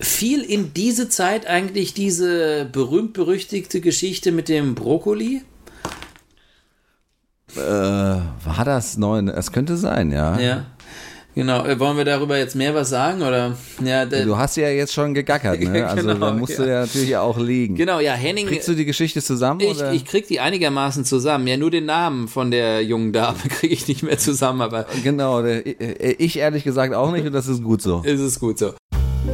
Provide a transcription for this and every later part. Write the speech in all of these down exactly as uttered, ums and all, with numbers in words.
fiel in diese Zeit eigentlich diese berühmt-berüchtigte Geschichte mit dem Brokkoli? Äh, war das neu? Es könnte sein, ja. Ja. Genau, wollen wir darüber jetzt mehr was sagen, oder? Ja, du hast ja jetzt schon gegackert, ne? Also genau, da musst ja. du ja natürlich auch liegen. Genau, ja, Henning. Kriegst du die Geschichte zusammen? Ich, oder? ich krieg die einigermaßen zusammen. Ja, nur den Namen von der jungen Dame kriege ich nicht mehr zusammen, aber. Genau, der, ich ehrlich gesagt auch nicht und das ist gut so. Ist es gut so.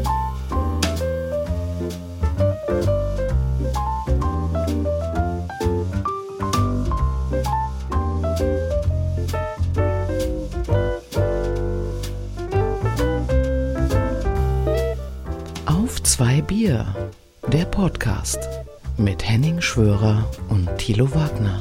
Zwei Bier, der Podcast mit Henning Schwörer und Thilo Wagner.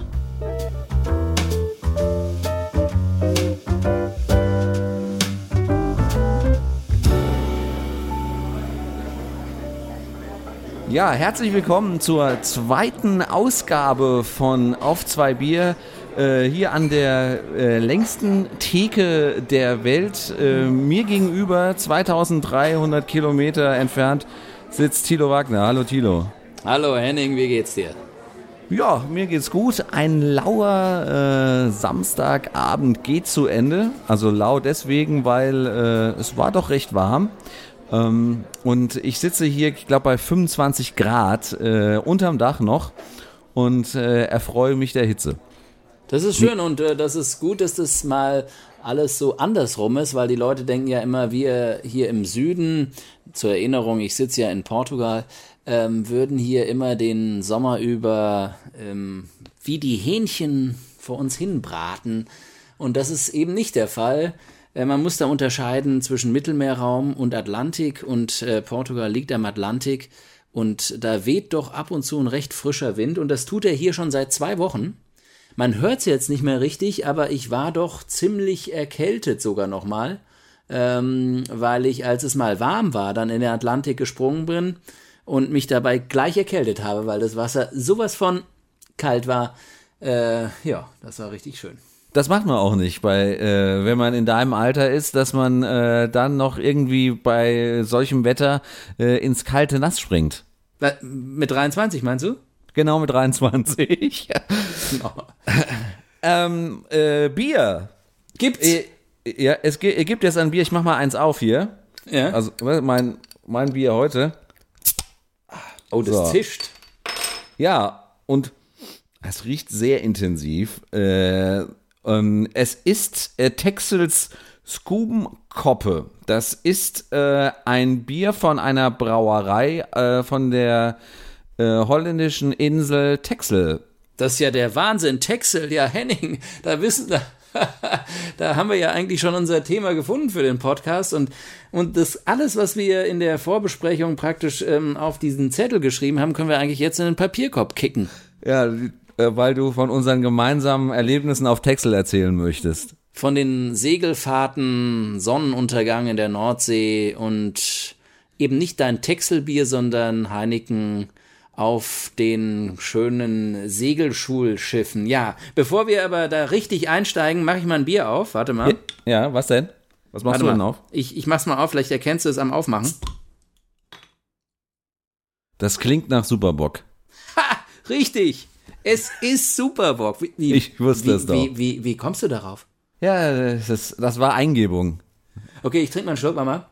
Ja, herzlich willkommen zur zweiten Ausgabe von Auf zwei Bier. Äh, hier an der äh, längsten Theke der Welt, äh, mir gegenüber, zweitausenddreihundert Kilometer entfernt, sitzt Thilo Wagner. Hallo Thilo. Hallo Henning, wie geht's dir? Ja, mir geht's gut. Ein lauer äh, Samstagabend geht zu Ende. Also lau deswegen, weil äh, es war doch recht warm. Ähm, und ich sitze hier, ich glaube, bei fünfundzwanzig Grad äh, unterm Dach noch und äh, erfreue mich der Hitze. Das ist schön und äh, das ist gut, dass das mal alles so andersrum ist, weil die Leute denken ja immer, wir hier im Süden, zur Erinnerung, ich sitze ja in Portugal, ähm, würden hier immer den Sommer über ähm, wie die Hähnchen vor uns hin braten. Und das ist eben nicht der Fall. Äh, man muss da unterscheiden zwischen Mittelmeerraum und Atlantik und äh, Portugal liegt am Atlantik und da weht doch ab und zu ein recht frischer Wind und das tut er hier schon seit zwei Wochen. Man hört es jetzt nicht mehr richtig, aber ich war doch ziemlich erkältet sogar nochmal, ähm, weil ich, als es mal warm war, dann in den Atlantik gesprungen bin und mich dabei gleich erkältet habe, weil das Wasser sowas von kalt war. Äh, ja, das war richtig schön. Das macht man auch nicht, bei, äh, wenn man in deinem Alter ist, dass man äh, dann noch irgendwie bei solchem Wetter äh, ins kalte Nass springt. Mit dreiundzwanzig meinst du? Genau, mit dreiundzwanzig. Genau. ähm, äh, Bier. Gibt's? Äh, ja, es g- gibt jetzt ein Bier. Ich mach mal eins auf hier. Ja. Also, mein, mein Bier heute. Oh, das so. zischt. Ja, und es riecht sehr intensiv. Äh, ähm, es ist äh, Texels Skubenkoppe. Das ist äh, ein Bier von einer Brauerei äh, von der äh, holländischen Insel Texel. Das ist ja der Wahnsinn. Texel, ja Henning, da wissen wir, da haben wir ja eigentlich schon unser Thema gefunden für den Podcast und, und das alles, was wir in der Vorbesprechung praktisch ähm, auf diesen Zettel geschrieben haben, können wir eigentlich jetzt in den Papierkorb kicken. Ja, äh, weil du von unseren gemeinsamen Erlebnissen auf Texel erzählen möchtest. Von den Segelfahrten, Sonnenuntergang in der Nordsee und eben nicht dein Texelbier, sondern Heineken auf den schönen Segelschulschiffen. Ja, bevor wir aber da richtig einsteigen, mache ich mal ein Bier auf. Warte mal. Ja, was denn? Was machst Warte du denn mal. auf? Ich, ich mach's mal auf, vielleicht erkennst du es am Aufmachen. Das klingt nach Superbock. Ha, richtig. Es ist Superbock. Wie, wie, ich wusste wie, es doch. Wie, wie, wie kommst du darauf? Ja, das, ist, das war Eingebung. Okay, ich trinke mal einen Schluck, Mama.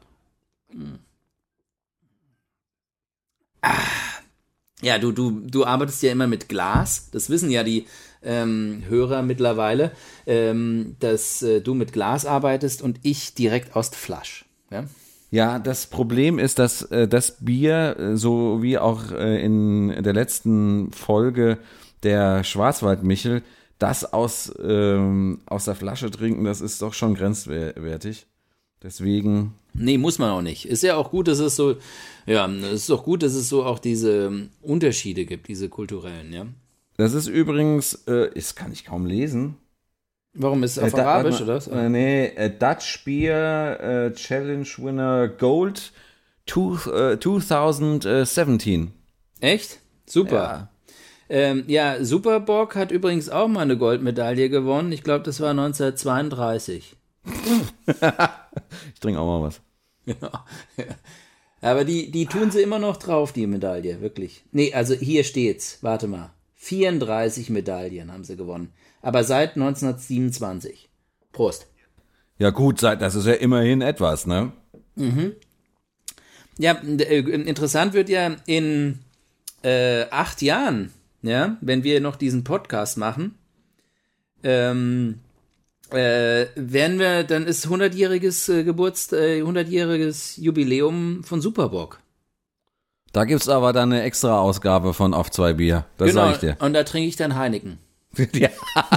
Ah. Ja, du, du, du arbeitest ja immer mit Glas. Das wissen ja die ähm, Hörer mittlerweile, ähm, dass äh, du mit Glas arbeitest und ich direkt aus der Flasche. Ja? Ja, das Problem ist, dass äh, das Bier, äh, so wie auch äh, in der letzten Folge der Schwarzwaldmichel, das aus, ähm, aus der Flasche trinken, das ist doch schon grenzwertig. Deswegen. Nee, muss man auch nicht. Ist ja auch gut, dass es so, ja, es ist doch gut, dass es so auch diese Unterschiede gibt, diese kulturellen, ja. Das ist übrigens, äh, das kann ich kaum lesen. Warum ist es auf äh, da, Arabisch, mal, oder was? Äh, nee, äh, Dutch Beer äh, Challenge Winner Gold two, äh, zwanzig siebzehn. Echt? Super. Ja. Ähm, ja, Superbock hat übrigens auch mal eine Goldmedaille gewonnen. Ich glaube, das war neunzehnhundertzweiunddreißig. Ich trinke auch mal was. Ja. Aber die, die tun sie immer noch drauf, die Medaille, wirklich. Nee, also hier steht's, warte mal. vierunddreißig Medaillen haben sie gewonnen. Aber seit neunzehnhundertsiebenundzwanzig. Prost. Ja gut, das ist ja immerhin etwas, ne? Mhm. Ja, interessant wird ja in äh, acht Jahren, ja, wenn wir noch diesen Podcast machen, ähm, äh, werden wir, dann ist hundertjähriges äh, Geburts, äh, hundertjähriges Jubiläum von Superbock. Da gibt's aber dann eine extra Ausgabe von Auf zwei Bier, das genau, sag ich dir. Und da trinke ich dann Heineken. Ja.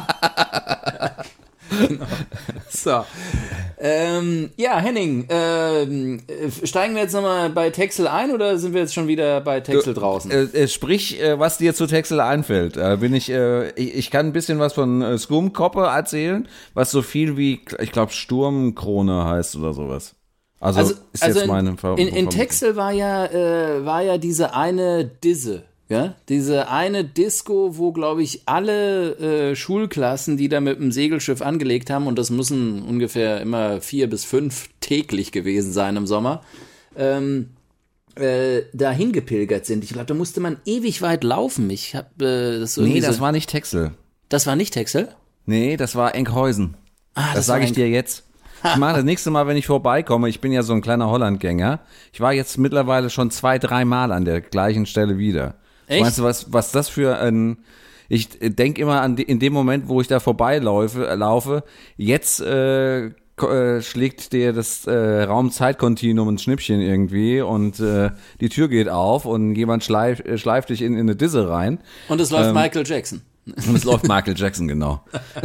Genau. So. Ähm, ja, Henning, ähm, steigen wir jetzt nochmal bei Texel ein oder sind wir jetzt schon wieder bei Texel du, draußen? Äh, sprich, äh, was dir zu Texel einfällt. Äh, bin ich, äh, ich, ich kann ein bisschen was von äh, Skumkoppe erzählen, was so viel wie, ich glaube, Sturmkrone heißt oder sowas. Also, also ist also jetzt meine in, Ver- in, in Texel war ja, äh, war ja diese eine Disse. Ja, diese eine Disco, wo, glaube ich, alle äh, Schulklassen, die da mit dem Segelschiff angelegt haben, und das müssen ungefähr immer vier bis fünf täglich gewesen sein im Sommer, ähm, äh, dahin gepilgert sind. Ich glaube, da musste man ewig weit laufen. Ich hab, äh, das Nee, das so, war nicht Texel. Das war nicht Texel? Nee, das war Enkhausen. Ah, das das sage ich Enk- dir jetzt. Ich mache das nächste Mal, wenn ich vorbeikomme, ich bin ja so ein kleiner Hollandgänger, ich war jetzt mittlerweile schon zwei, drei Mal an der gleichen Stelle wieder. Echt? Meinst du, was, was das für ein, ich denke immer an, die, in dem Moment, wo ich da vorbeilaufe, äh, laufe, jetzt äh, ko- äh, schlägt dir das äh, Raum-Zeit-Kontinuum ein Schnippchen irgendwie und äh, die Tür geht auf und jemand schleif, äh, schleift dich in, in eine Disse rein. Und es läuft Ähm, Michael Jackson. Und es läuft Michael Jackson, genau.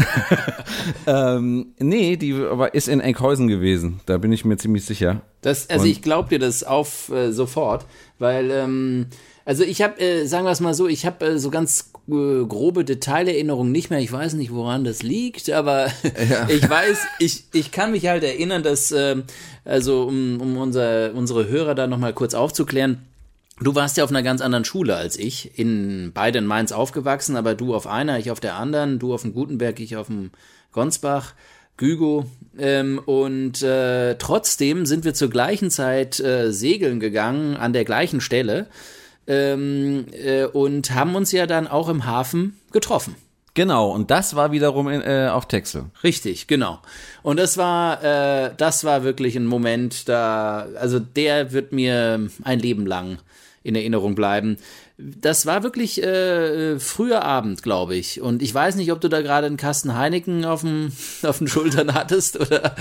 ähm, nee, die aber ist in Enkhausen gewesen. Da bin ich mir ziemlich sicher. Das, also Und- ich glaube dir das auf äh, sofort, weil, ähm, also ich habe, äh, sagen wir es mal so, ich habe äh, so ganz äh, grobe Detailerinnerungen nicht mehr. Ich weiß nicht, woran das liegt, aber Ja. ich weiß, ich, ich kann mich halt erinnern, dass, ähm, also um, um unser, unsere Hörer da nochmal kurz aufzuklären, du warst ja auf einer ganz anderen Schule als ich, in beide in Mainz aufgewachsen, aber du auf einer, ich auf der anderen, du auf dem Gutenberg, ich auf dem Gonsbach, Gügo, ähm, und äh, trotzdem sind wir zur gleichen Zeit äh, segeln gegangen, an der gleichen Stelle, ähm, äh, und haben uns ja dann auch im Hafen getroffen. Genau, und das war wiederum in, äh, auf Texel. Richtig, genau. Und das war, äh, das war wirklich ein Moment, da, also der wird mir ein Leben lang in Erinnerung bleiben. Das war wirklich äh, früher Abend, glaube ich. Und ich weiß nicht, ob du da gerade einen Kasten Heineken auf dem auf den Schultern hattest oder.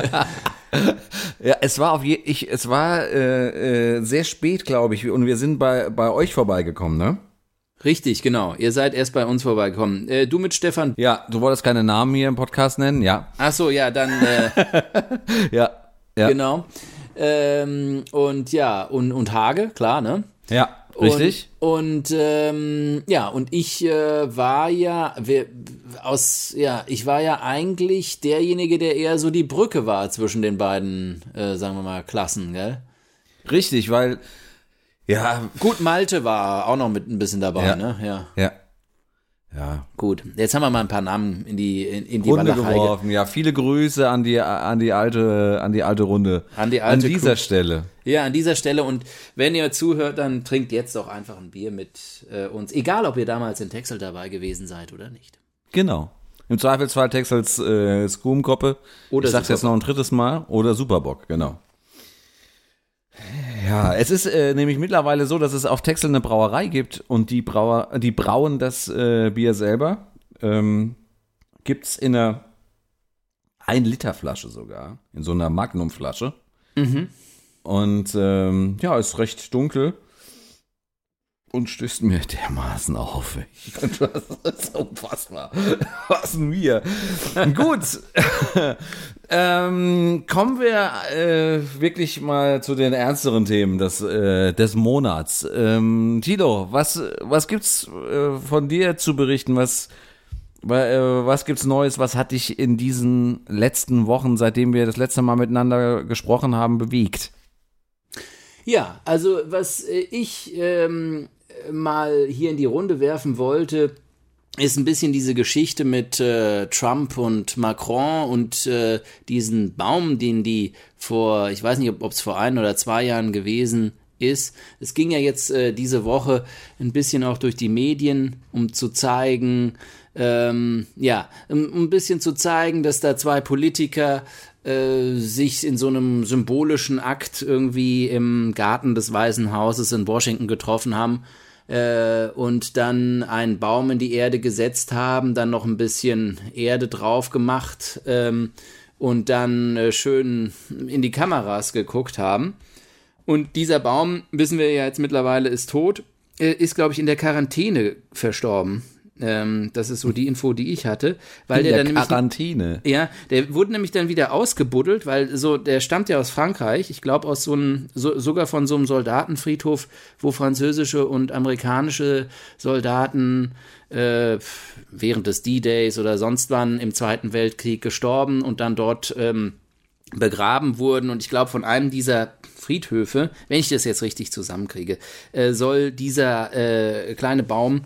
Ja, es war auf je, ich, es war äh, äh, sehr spät, glaube ich, und wir sind bei bei euch vorbeigekommen, ne? Richtig, genau. Ihr seid erst bei uns vorbeigekommen. Äh, du mit Stefan. Ja, du wolltest keine Namen hier im Podcast nennen, ja. Ach so, ja, dann äh, Ja, ja, genau. Ähm, und ja, und und Hage, klar, ne? ja, richtig. Und, und ähm, ja, und ich äh, war ja wir, aus, ja, ich war ja eigentlich derjenige, der eher so die Brücke war zwischen den beiden, äh, sagen wir mal, Klassen, gell? Richtig, weil, ja, Gut, Malte war auch noch mit ein bisschen dabei, Ja. ne? Ja. ja, ja. Gut, jetzt haben wir mal ein paar Namen in die in, in die Runde Walachei ge- geworfen, ja, viele Grüße an die an die alte an die alte Runde. An die alte an dieser Crew. Stelle. Ja, an dieser Stelle. Und wenn ihr zuhört, dann trinkt jetzt doch einfach ein Bier mit äh, uns. Egal, ob ihr damals in Texel dabei gewesen seid oder nicht. Genau. Im Zweifelsfall Texels äh, Skumkoppe. Oder ich sag's jetzt noch Superbock. ein drittes Mal. Oder Superbock, genau. Ja, es ist äh, nämlich mittlerweile so, dass es auf Texel eine Brauerei gibt und die Brauer, die brauen das äh, Bier selber. Ähm, gibt's in einer ein Liter Flasche sogar, in so einer Magnum-Flasche. Mhm. Und ähm, ja, ist recht dunkel und stößt mir dermaßen auf. Ich find, das ist unfassbar. Was denn wir? Gut. ähm, kommen wir äh, wirklich mal zu den ernsteren Themen des, äh, des Monats. Ähm, Tilo, was, was gibt's äh, von dir zu berichten? Was, wa- äh, was gibt's Neues? Was hat dich in diesen letzten Wochen, seitdem wir das letzte Mal miteinander gesprochen haben, bewegt? Ja, also was äh, ich ähm, mal hier in die Runde werfen wollte, ist ein bisschen diese Geschichte mit äh, Trump und Macron und äh, diesen Baum, den die vor, ich weiß nicht, ob es vor ein oder zwei Jahren gewesen ist. Es ging ja jetzt äh, diese Woche ein bisschen auch durch die Medien, um zu zeigen, ähm, ja, um, um ein bisschen zu zeigen, dass da zwei Politiker äh, sich in so einem symbolischen Akt irgendwie im Garten des Weißen Hauses in Washington getroffen haben. Äh, und dann einen Baum in die Erde gesetzt haben, dann noch ein bisschen Erde drauf gemacht ähm, und dann äh, schön in die Kameras geguckt haben. Und dieser Baum, wissen wir ja jetzt mittlerweile, ist tot, äh, ist, glaube ich, in der Quarantäne verstorben. Ähm, das ist so die Info, die ich hatte. Weil in der der dann Quarantäne? Nämlich, ja, der wurde nämlich dann wieder ausgebuddelt, weil so, der stammt ja aus Frankreich, ich glaube aus so einem, so, sogar von so einem Soldatenfriedhof, wo französische und amerikanische Soldaten äh, während des D-Days oder sonst wann im Zweiten Weltkrieg gestorben und dann dort ähm, begraben wurden. Und ich glaube, von einem dieser Friedhöfe, wenn ich das jetzt richtig zusammenkriege, äh, soll dieser äh, kleine Baum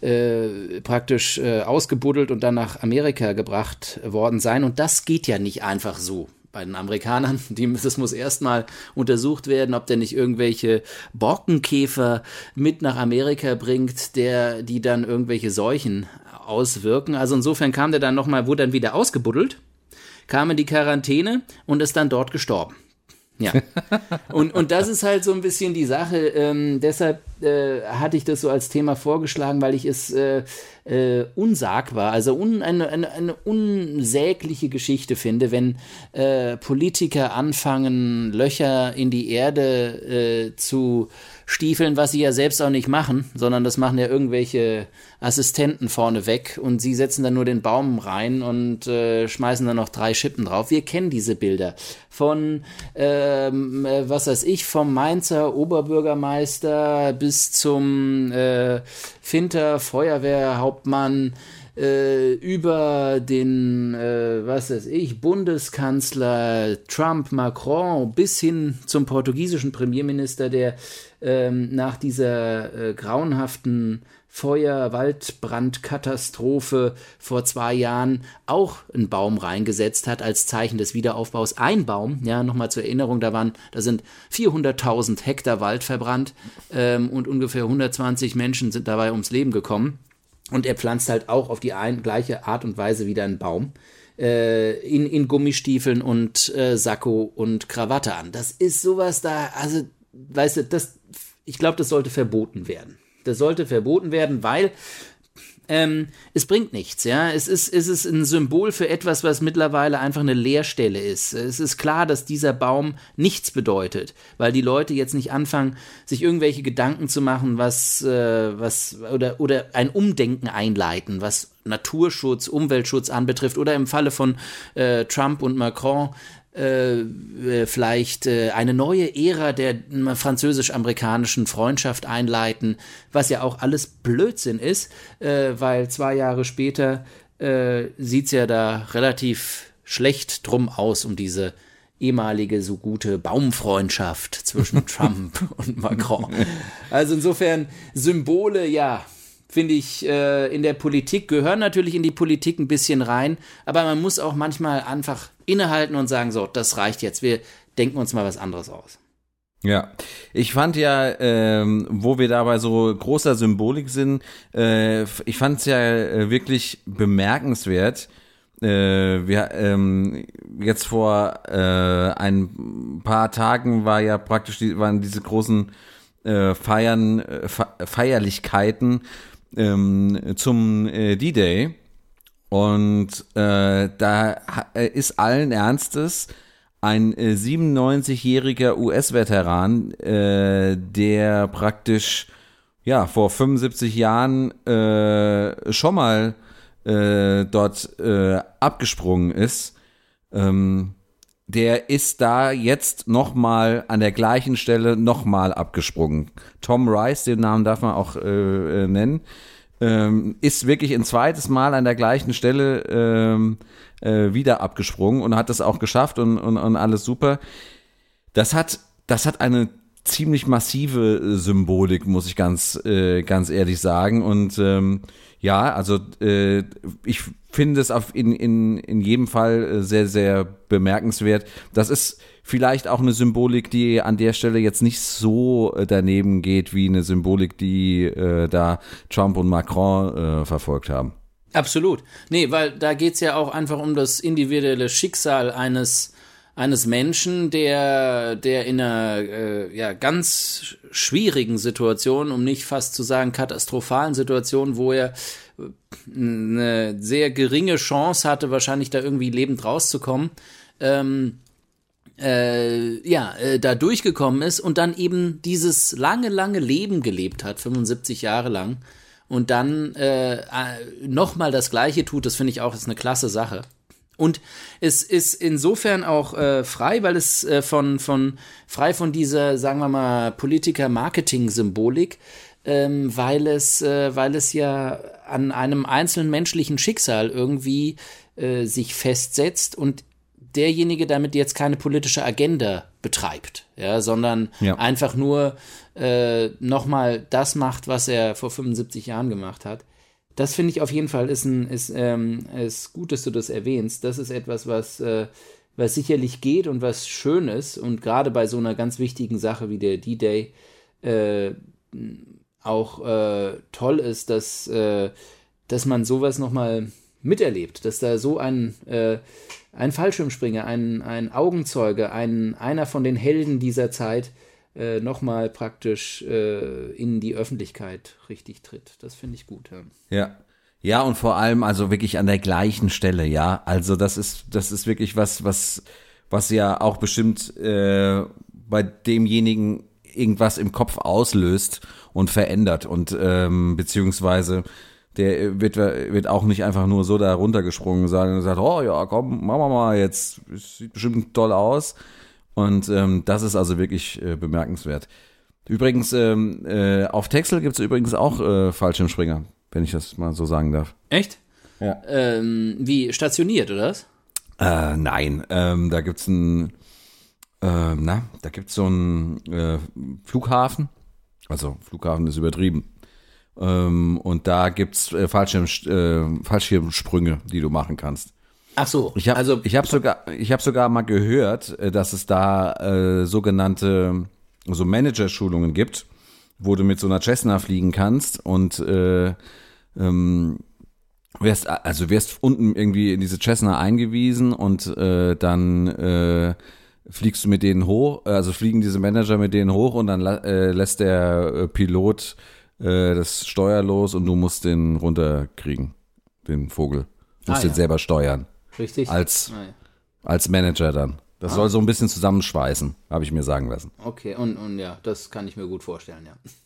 äh, praktisch äh, ausgebuddelt und dann nach Amerika gebracht worden sein. Und das geht ja nicht einfach so. Bei den Amerikanern, die, das muss erstmal untersucht werden, ob der nicht irgendwelche Borkenkäfer mit nach Amerika bringt, der, die dann irgendwelche Seuchen auswirken. Also insofern kam der dann nochmal, wurde dann wieder ausgebuddelt, kam in die Quarantäne und ist dann dort gestorben. Ja, und, und das ist halt so ein bisschen die Sache, ähm, deshalb äh, hatte ich das so als Thema vorgeschlagen, weil ich es äh, äh, unsagbar, also un, eine, eine, eine unsägliche Geschichte finde, wenn äh, Politiker anfangen, Löcher in die Erde äh, zu stiefeln, was sie ja selbst auch nicht machen, sondern das machen ja irgendwelche Assistenten vorneweg und sie setzen dann nur den Baum rein und äh, schmeißen dann noch drei Schippen drauf. Wir kennen diese Bilder von, ähm, äh, was weiß ich, vom Mainzer Oberbürgermeister bis zum äh, Finter Feuerwehrhauptmann, äh, über den, äh, was weiß ich, Bundeskanzler Trump, Macron, bis hin zum portugiesischen Premierminister, der ähm, nach dieser äh, grauenhaften Feuer-, Waldbrandkatastrophe vor zwei Jahren auch einen Baum reingesetzt hat als Zeichen des Wiederaufbaus. Ein Baum, ja, nochmal zur Erinnerung, da waren, da sind vierhunderttausend Hektar Wald verbrannt ähm, und ungefähr hundertzwanzig Menschen sind dabei ums Leben gekommen. Und er pflanzt halt auch auf die ein, gleiche Art und Weise wieder einen Baum äh, in, in Gummistiefeln und äh, Sakko und Krawatte an. Das ist sowas da, also, weißt du, das, ich glaube, das sollte verboten werden. Das sollte verboten werden, weil ähm, es bringt nichts, ja. Es ist, es ist ein Symbol für etwas, was mittlerweile einfach eine Leerstelle ist. Es ist klar, dass dieser Baum nichts bedeutet, weil die Leute jetzt nicht anfangen, sich irgendwelche Gedanken zu machen, was, äh, was oder, oder ein Umdenken einleiten, was Naturschutz, Umweltschutz anbetrifft oder im Falle von äh, Trump und Macron Äh, vielleicht äh, eine neue Ära der französisch-amerikanischen Freundschaft einleiten, was ja auch alles Blödsinn ist, äh, weil zwei Jahre später äh, sieht es ja da relativ schlecht drum aus um diese ehemalige so gute Baumfreundschaft zwischen Trump und Macron. Also insofern Symbole, ja, finde ich, äh, in der Politik, gehören natürlich in die Politik ein bisschen rein, aber man muss auch manchmal einfach innehalten und sagen, so, das reicht jetzt, wir denken uns mal was anderes aus. Ja, ich fand ja, ähm, wo wir da bei so großer Symbolik sind, äh, ich fand es ja äh, wirklich bemerkenswert, äh, wir, ähm, jetzt vor äh, ein paar Tagen war ja praktisch, die, waren diese großen äh, Feiern, äh, Feierlichkeiten ähm, zum äh, D-Day. Und äh, da äh, ist allen Ernstes ein äh, siebenundneunzigjähriger U S-Veteran, äh, der praktisch ja vor fünfundsiebzig Jahren äh, schon mal äh, dort äh, abgesprungen ist, ähm, der ist da jetzt nochmal an der gleichen Stelle nochmal abgesprungen. Tom Rice, den Namen darf man auch äh, äh, nennen. Ähm, ist wirklich ein zweites Mal an der gleichen Stelle ähm, äh, wieder abgesprungen und hat das auch geschafft und, und, und alles super. Das hat, das hat eine ziemlich massive Symbolik, muss ich ganz, äh, ganz ehrlich sagen. Und ähm, ja, also äh, ich finde es auf in, in, in jedem Fall sehr, sehr bemerkenswert. Das ist vielleicht auch eine Symbolik, die an der Stelle jetzt nicht so daneben geht, wie eine Symbolik, die äh, da Trump und Macron äh, verfolgt haben. Absolut. Nee, weil da geht's ja auch einfach um das individuelle Schicksal eines eines Menschen, der der in einer äh, ja ganz schwierigen Situation, um nicht fast zu sagen katastrophalen Situation, wo er eine sehr geringe Chance hatte, wahrscheinlich da irgendwie lebend rauszukommen, ähm, äh, ja, äh, da durchgekommen ist und dann eben dieses lange, lange Leben gelebt hat, fünfundsiebzig Jahre lang, und dann äh, nochmal das Gleiche tut. Das finde ich auch, ist eine klasse Sache. Und es ist insofern auch äh, frei, weil es äh, von, von frei von dieser, sagen wir mal, Politiker-Marketing-Symbolik, ähm, weil es, äh, weil es ja an einem einzelnen menschlichen Schicksal irgendwie äh, sich festsetzt und derjenige damit jetzt keine politische Agenda betreibt, ja, sondern ja. einfach nur äh, nochmal das macht, was er vor fünfundsiebzig Jahren gemacht hat. Das finde ich auf jeden Fall ist ein ist ähm, ist gut, dass du das erwähnst. Das ist etwas, was äh, was sicherlich geht und was schön ist und gerade bei so einer ganz wichtigen Sache wie der D-Day äh, auch äh, toll ist, dass äh, dass man sowas nochmal miterlebt, dass da so ein äh, ein Fallschirmspringer, ein ein Augenzeuge, ein einer von den Helden dieser Zeit äh, nochmal praktisch äh, in die Öffentlichkeit richtig tritt. Das finde ich gut. Ja. ja. Ja, und vor allem also wirklich an der gleichen Stelle, ja. Also das ist, das ist wirklich was, was, was ja auch bestimmt äh, bei demjenigen irgendwas im Kopf auslöst und verändert und ähm, beziehungsweise der wird, wird auch nicht einfach nur so da runtergesprungen sein und sagt, oh ja, komm, machen wir mal jetzt, es sieht bestimmt toll aus. Und ähm, das ist also wirklich äh, bemerkenswert. Übrigens, ähm, äh, auf Texel gibt es übrigens auch äh, Fallschirmspringer, wenn ich das mal so sagen darf. Echt? Ja. Ähm, wie, stationiert, oder was? Äh, nein, ähm, da gibt's ein, äh, na, da gibt's so einen äh, Flughafen. Also Flughafen ist übertrieben. Ähm, und da gibt's äh, Fallschirm, äh, Fallschirmsprünge, die du machen kannst. Ach so, ich habe also ich habe sogar ich habe sogar mal gehört, dass es da äh, sogenannte so Managerschulungen gibt, wo du mit so einer Cessna fliegen kannst und äh, ähm, wirst also wirst unten irgendwie in diese Cessna eingewiesen und äh, dann äh, fliegst du mit denen hoch, also fliegen diese Manager mit denen hoch und dann äh, lässt der äh, Pilot äh, das Steuer los und du musst den runterkriegen, den Vogel. Du musst ah, den ja. selber steuern. Richtig. Als, ah, ja. als Manager dann. Das ah. soll so ein bisschen zusammenschweißen, habe ich mir sagen lassen. Okay, und, und ja, das kann ich mir gut vorstellen,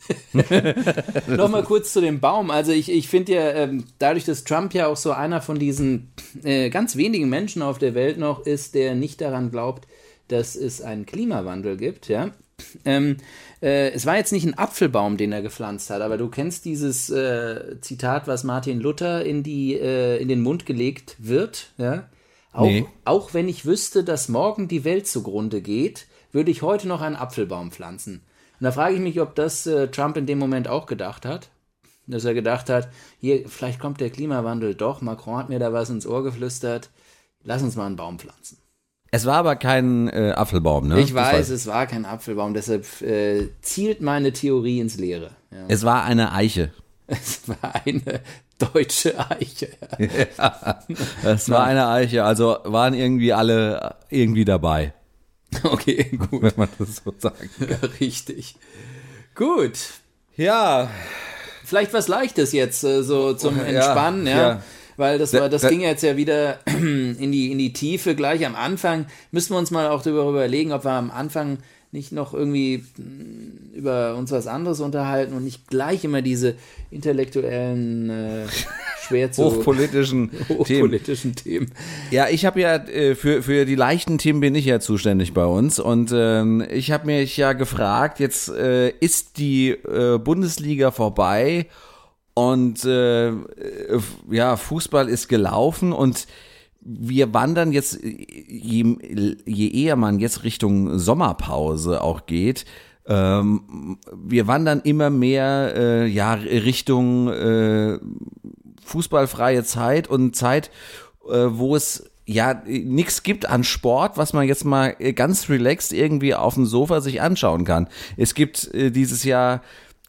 ja. Nochmal kurz zu dem Baum. Also ich, ich finde ja, ähm, dadurch, dass Trump ja auch so einer von diesen äh, ganz wenigen Menschen auf der Welt noch ist, der nicht daran glaubt, dass es einen Klimawandel gibt, ja. Ähm, äh, es war jetzt nicht ein Apfelbaum, den er gepflanzt hat, aber du kennst dieses äh, Zitat, was Martin Luther in, die, äh, in den Mund gelegt wird, ja? Auch, nee. auch wenn ich wüsste, dass morgen die Welt zugrunde geht, würde ich heute noch einen Apfelbaum pflanzen. Und da frage ich mich, ob das äh, Trump in dem Moment auch gedacht hat, dass er gedacht hat, hier, vielleicht kommt der Klimawandel doch, Macron hat mir da was ins Ohr geflüstert, lass uns mal einen Baum pflanzen. Es war aber kein äh, Apfelbaum, ne? Ich weiß, es war kein Apfelbaum, deshalb äh, zielt meine Theorie ins Leere. Ja. Es war eine Eiche. Es war eine deutsche Eiche. Ja. Ja, es war eine Eiche, also waren irgendwie alle irgendwie dabei. Okay, gut. Wenn man das so sagen kann. Richtig. Gut. Ja. Vielleicht was Leichtes jetzt, so zum Entspannen, ja. ja. ja. Weil das war, das ging jetzt ja wieder in die, in die Tiefe gleich am Anfang. Müssen wir uns mal auch darüber überlegen, ob wir am Anfang nicht noch irgendwie über uns was anderes unterhalten und nicht gleich immer diese intellektuellen, äh, schwer zu hochpolitischen, hochpolitischen Themen. Themen. Ja, ich habe ja äh, für für die leichten Themen bin ich ja zuständig bei uns und ähm, ich habe mich ja gefragt, jetzt äh, ist die äh, Bundesliga vorbei. Und äh, ja, Fußball ist gelaufen und wir wandern jetzt, je, je eher man jetzt Richtung Sommerpause auch geht, ähm, wir wandern immer mehr äh, ja, Richtung äh, fußballfreie Zeit und Zeit, äh, wo es ja nichts gibt an Sport, was man jetzt mal ganz relaxed irgendwie auf dem Sofa sich anschauen kann. Es gibt äh, dieses Jahr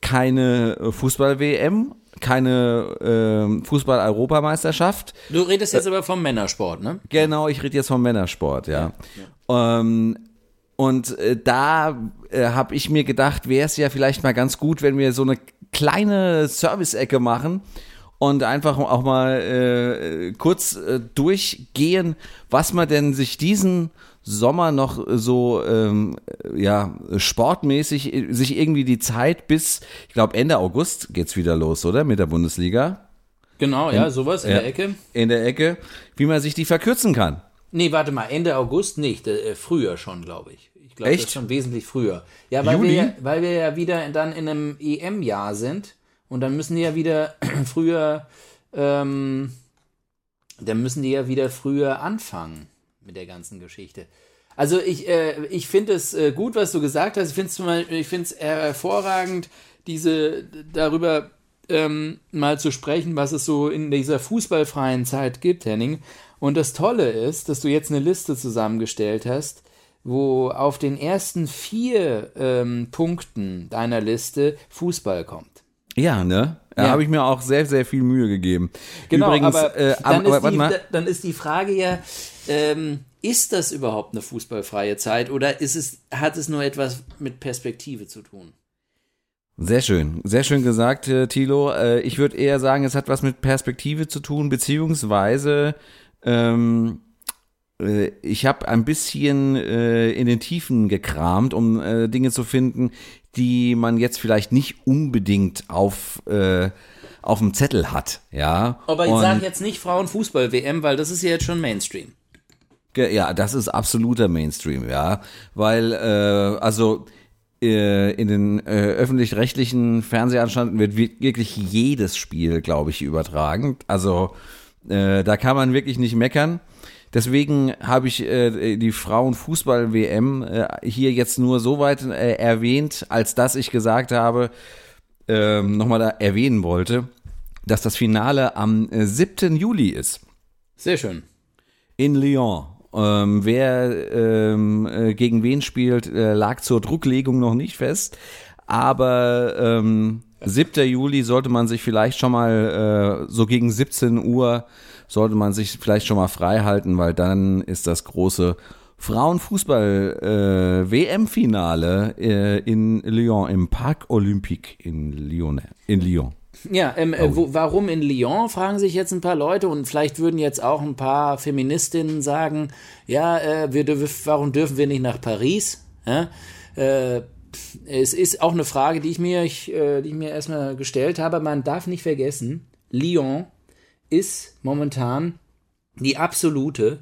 keine Fußball-W M, keine äh, Fußball-Europameisterschaft. Du redest jetzt äh, aber vom Männersport, ne? Genau, ich rede jetzt vom Männersport, ja. ja, ja. Ähm, und äh, da äh, habe ich mir gedacht, wäre es ja vielleicht mal ganz gut, wenn wir so eine kleine Service-Ecke machen und einfach auch mal äh, kurz äh, durchgehen, was man denn sich diesen Sommer noch so ähm, ja sportmäßig sich irgendwie die Zeit bis, ich glaube Ende August geht's wieder los, oder? Mit der Bundesliga. Genau, ja, sowas in ja, der Ecke. In der Ecke, wie man sich die verkürzen kann. Nee, warte mal, Ende August nicht, äh, früher schon, glaube ich. Ich glaube, das ist schon wesentlich früher. Ja, weil Juli? wir ja, weil wir ja wieder dann in einem E M-Jahr sind und dann müssen die ja wieder früher, ähm, dann müssen die ja wieder früher anfangen mit der ganzen Geschichte. Also ich, äh, ich finde es äh, gut, was du gesagt hast. Ich finde es ich finde es hervorragend, diese darüber ähm, mal zu sprechen, was es so in dieser fußballfreien Zeit gibt, Henning. Und das Tolle ist, dass du jetzt eine Liste zusammengestellt hast, wo auf den ersten vier ähm, Punkten deiner Liste Fußball kommt. Ja, ne? Da Ja. habe ich mir auch sehr, sehr viel Mühe gegeben. Genau, Übrigens, aber, äh, dann, aber, ist warte die, mal. dann ist die Frage ja, ähm, ist das überhaupt eine fußballfreie Zeit oder ist es, hat es nur etwas mit Perspektive zu tun? Sehr schön, sehr schön gesagt, äh, Thilo. Äh, ich würde eher sagen, es hat was mit Perspektive zu tun, beziehungsweise ähm, äh, ich habe ein bisschen äh, in den Tiefen gekramt, um äh, Dinge zu finden, die man jetzt vielleicht nicht unbedingt auf äh, auf dem Zettel hat, ja. Aber ich Und- sage jetzt nicht Frauenfußball-W M, weil das ist ja jetzt schon Mainstream. Ge- Ja, das ist absoluter Mainstream, ja, weil äh, also äh, in den äh, öffentlich-rechtlichen Fernsehanstalten wird wi- wirklich jedes Spiel, glaube ich, übertragen. Also äh, da kann man wirklich nicht meckern. Deswegen habe ich äh, die Frauenfußball-W M äh, hier jetzt nur so weit äh, erwähnt, als dass ich gesagt habe, äh, nochmal da erwähnen wollte, dass das Finale am äh, siebten Juli ist. Sehr schön. In Lyon. Ähm, wer ähm, äh, gegen wen spielt, äh, lag zur Drucklegung noch nicht fest. Aber ähm, siebten Juli sollte man sich vielleicht schon mal, äh, so gegen siebzehn Uhr, sollte man sich vielleicht schon mal frei halten, weil dann ist das große Frauenfußball-W M-Finale äh, in Lyon, im Parc Olympique in Lyon. In Lyon. Ja, ähm, äh, wo, warum in Lyon, fragen sich jetzt ein paar Leute und vielleicht würden jetzt auch ein paar Feministinnen sagen, ja, äh, wir dürf, warum dürfen wir nicht nach Paris? Ja? Äh, es ist auch eine Frage, die ich mir, ich, äh, die ich mir erstmal gestellt habe. Man darf nicht vergessen, Lyon ist momentan die absolute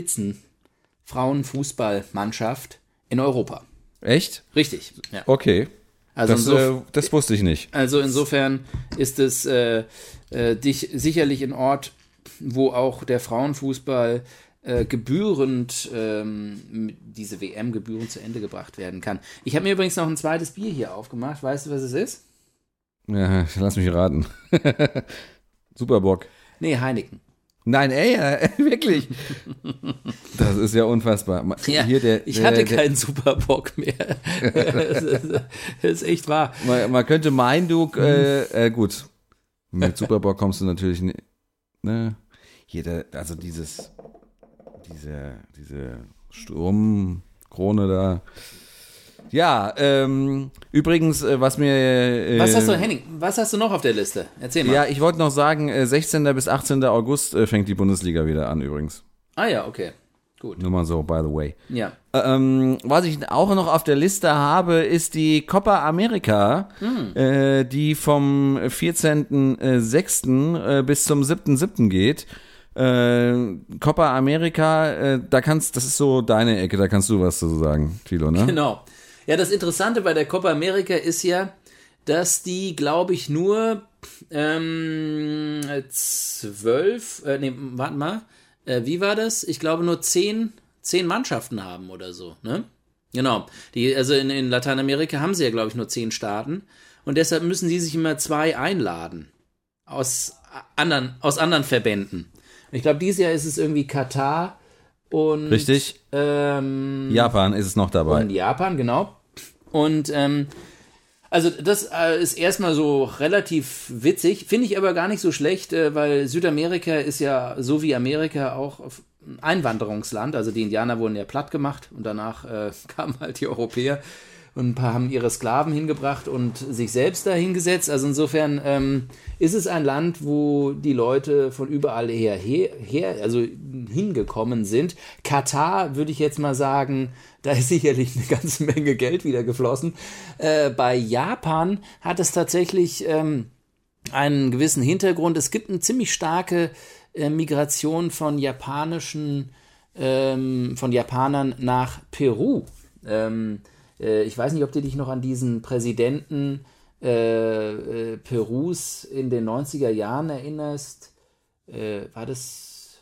Spitzenfrauenfußballmannschaft in Europa. Echt? Richtig. Ja. Okay. Also Das, insof- äh, das wusste ich nicht. Also insofern ist es äh, äh, dich sicherlich ein Ort, wo auch der Frauenfußball äh, gebührend, ähm, diese W M gebührend zu Ende gebracht werden kann. Ich habe mir übrigens noch ein zweites Bier hier aufgemacht. Weißt du, was es ist? Ja, lass mich raten. Superbock. Nee, Heineken. Nein, ey, äh, wirklich. Das ist ja unfassbar. Ma- Ja, Hier der, ich der, hatte der, keinen Superbock mehr. das, ist, das ist echt wahr. Man, man könnte meinen, du, äh, äh, gut, mit Superbock kommst du natürlich, ne, ne, hier, der, also dieses, diese, diese Sturmkrone da. Ja, ähm, übrigens, äh, was mir, äh, Was hast du, Henning, was hast du noch auf der Liste? Erzähl mal. ja, ich wollte noch sagen, äh, sechzehnten bis achtzehnten August äh, fängt die Bundesliga wieder an, übrigens. Ah ja, okay. Gut. Nur mal so, by the way. Ja. Ähm, was ich auch noch auf der Liste habe, ist die Copa America, Hm. äh, die vom vierzehnten sechsten äh, bis zum siebten siebten geht. Äh, Copa America, äh, da kannst, das ist so deine Ecke, da kannst du was zu sagen, Thilo, ne? Genau. Ja, das Interessante bei der Copa America ist ja, dass die, glaube ich, nur ähm, zwölf, äh, nee, warte mal, äh, wie war das? Ich glaube nur zehn, zehn Mannschaften haben oder so, ne? Genau. Die, also in, in Lateinamerika haben sie ja, glaube ich, nur zehn Staaten. Und deshalb müssen sie sich immer zwei einladen. Aus anderen, aus anderen Verbänden. Ich glaube, dieses Jahr ist es irgendwie Katar und Richtig. Ähm, Japan ist es noch dabei. Und Japan, genau. Und ähm, also das äh, ist erstmal so relativ witzig, finde ich aber gar nicht so schlecht, äh, weil Südamerika ist ja so wie Amerika auch ein Einwanderungsland. Also die Indianer wurden ja platt gemacht und danach äh, kamen halt die Europäer. Und ein paar haben ihre Sklaven hingebracht und sich selbst da hingesetzt. Also insofern ähm, ist es ein Land, wo die Leute von überall her, her, her, also hingekommen sind. Katar, würde ich jetzt mal sagen, da ist sicherlich eine ganze Menge Geld wieder geflossen. Äh, bei Japan hat es tatsächlich ähm, einen gewissen Hintergrund. Es gibt eine ziemlich starke äh, Migration von japanischen, ähm, von Japanern nach Peru. Ähm, Ich weiß nicht, ob du dich noch an diesen Präsidenten äh, äh, Perus in den neunziger Jahren erinnerst. Äh, war das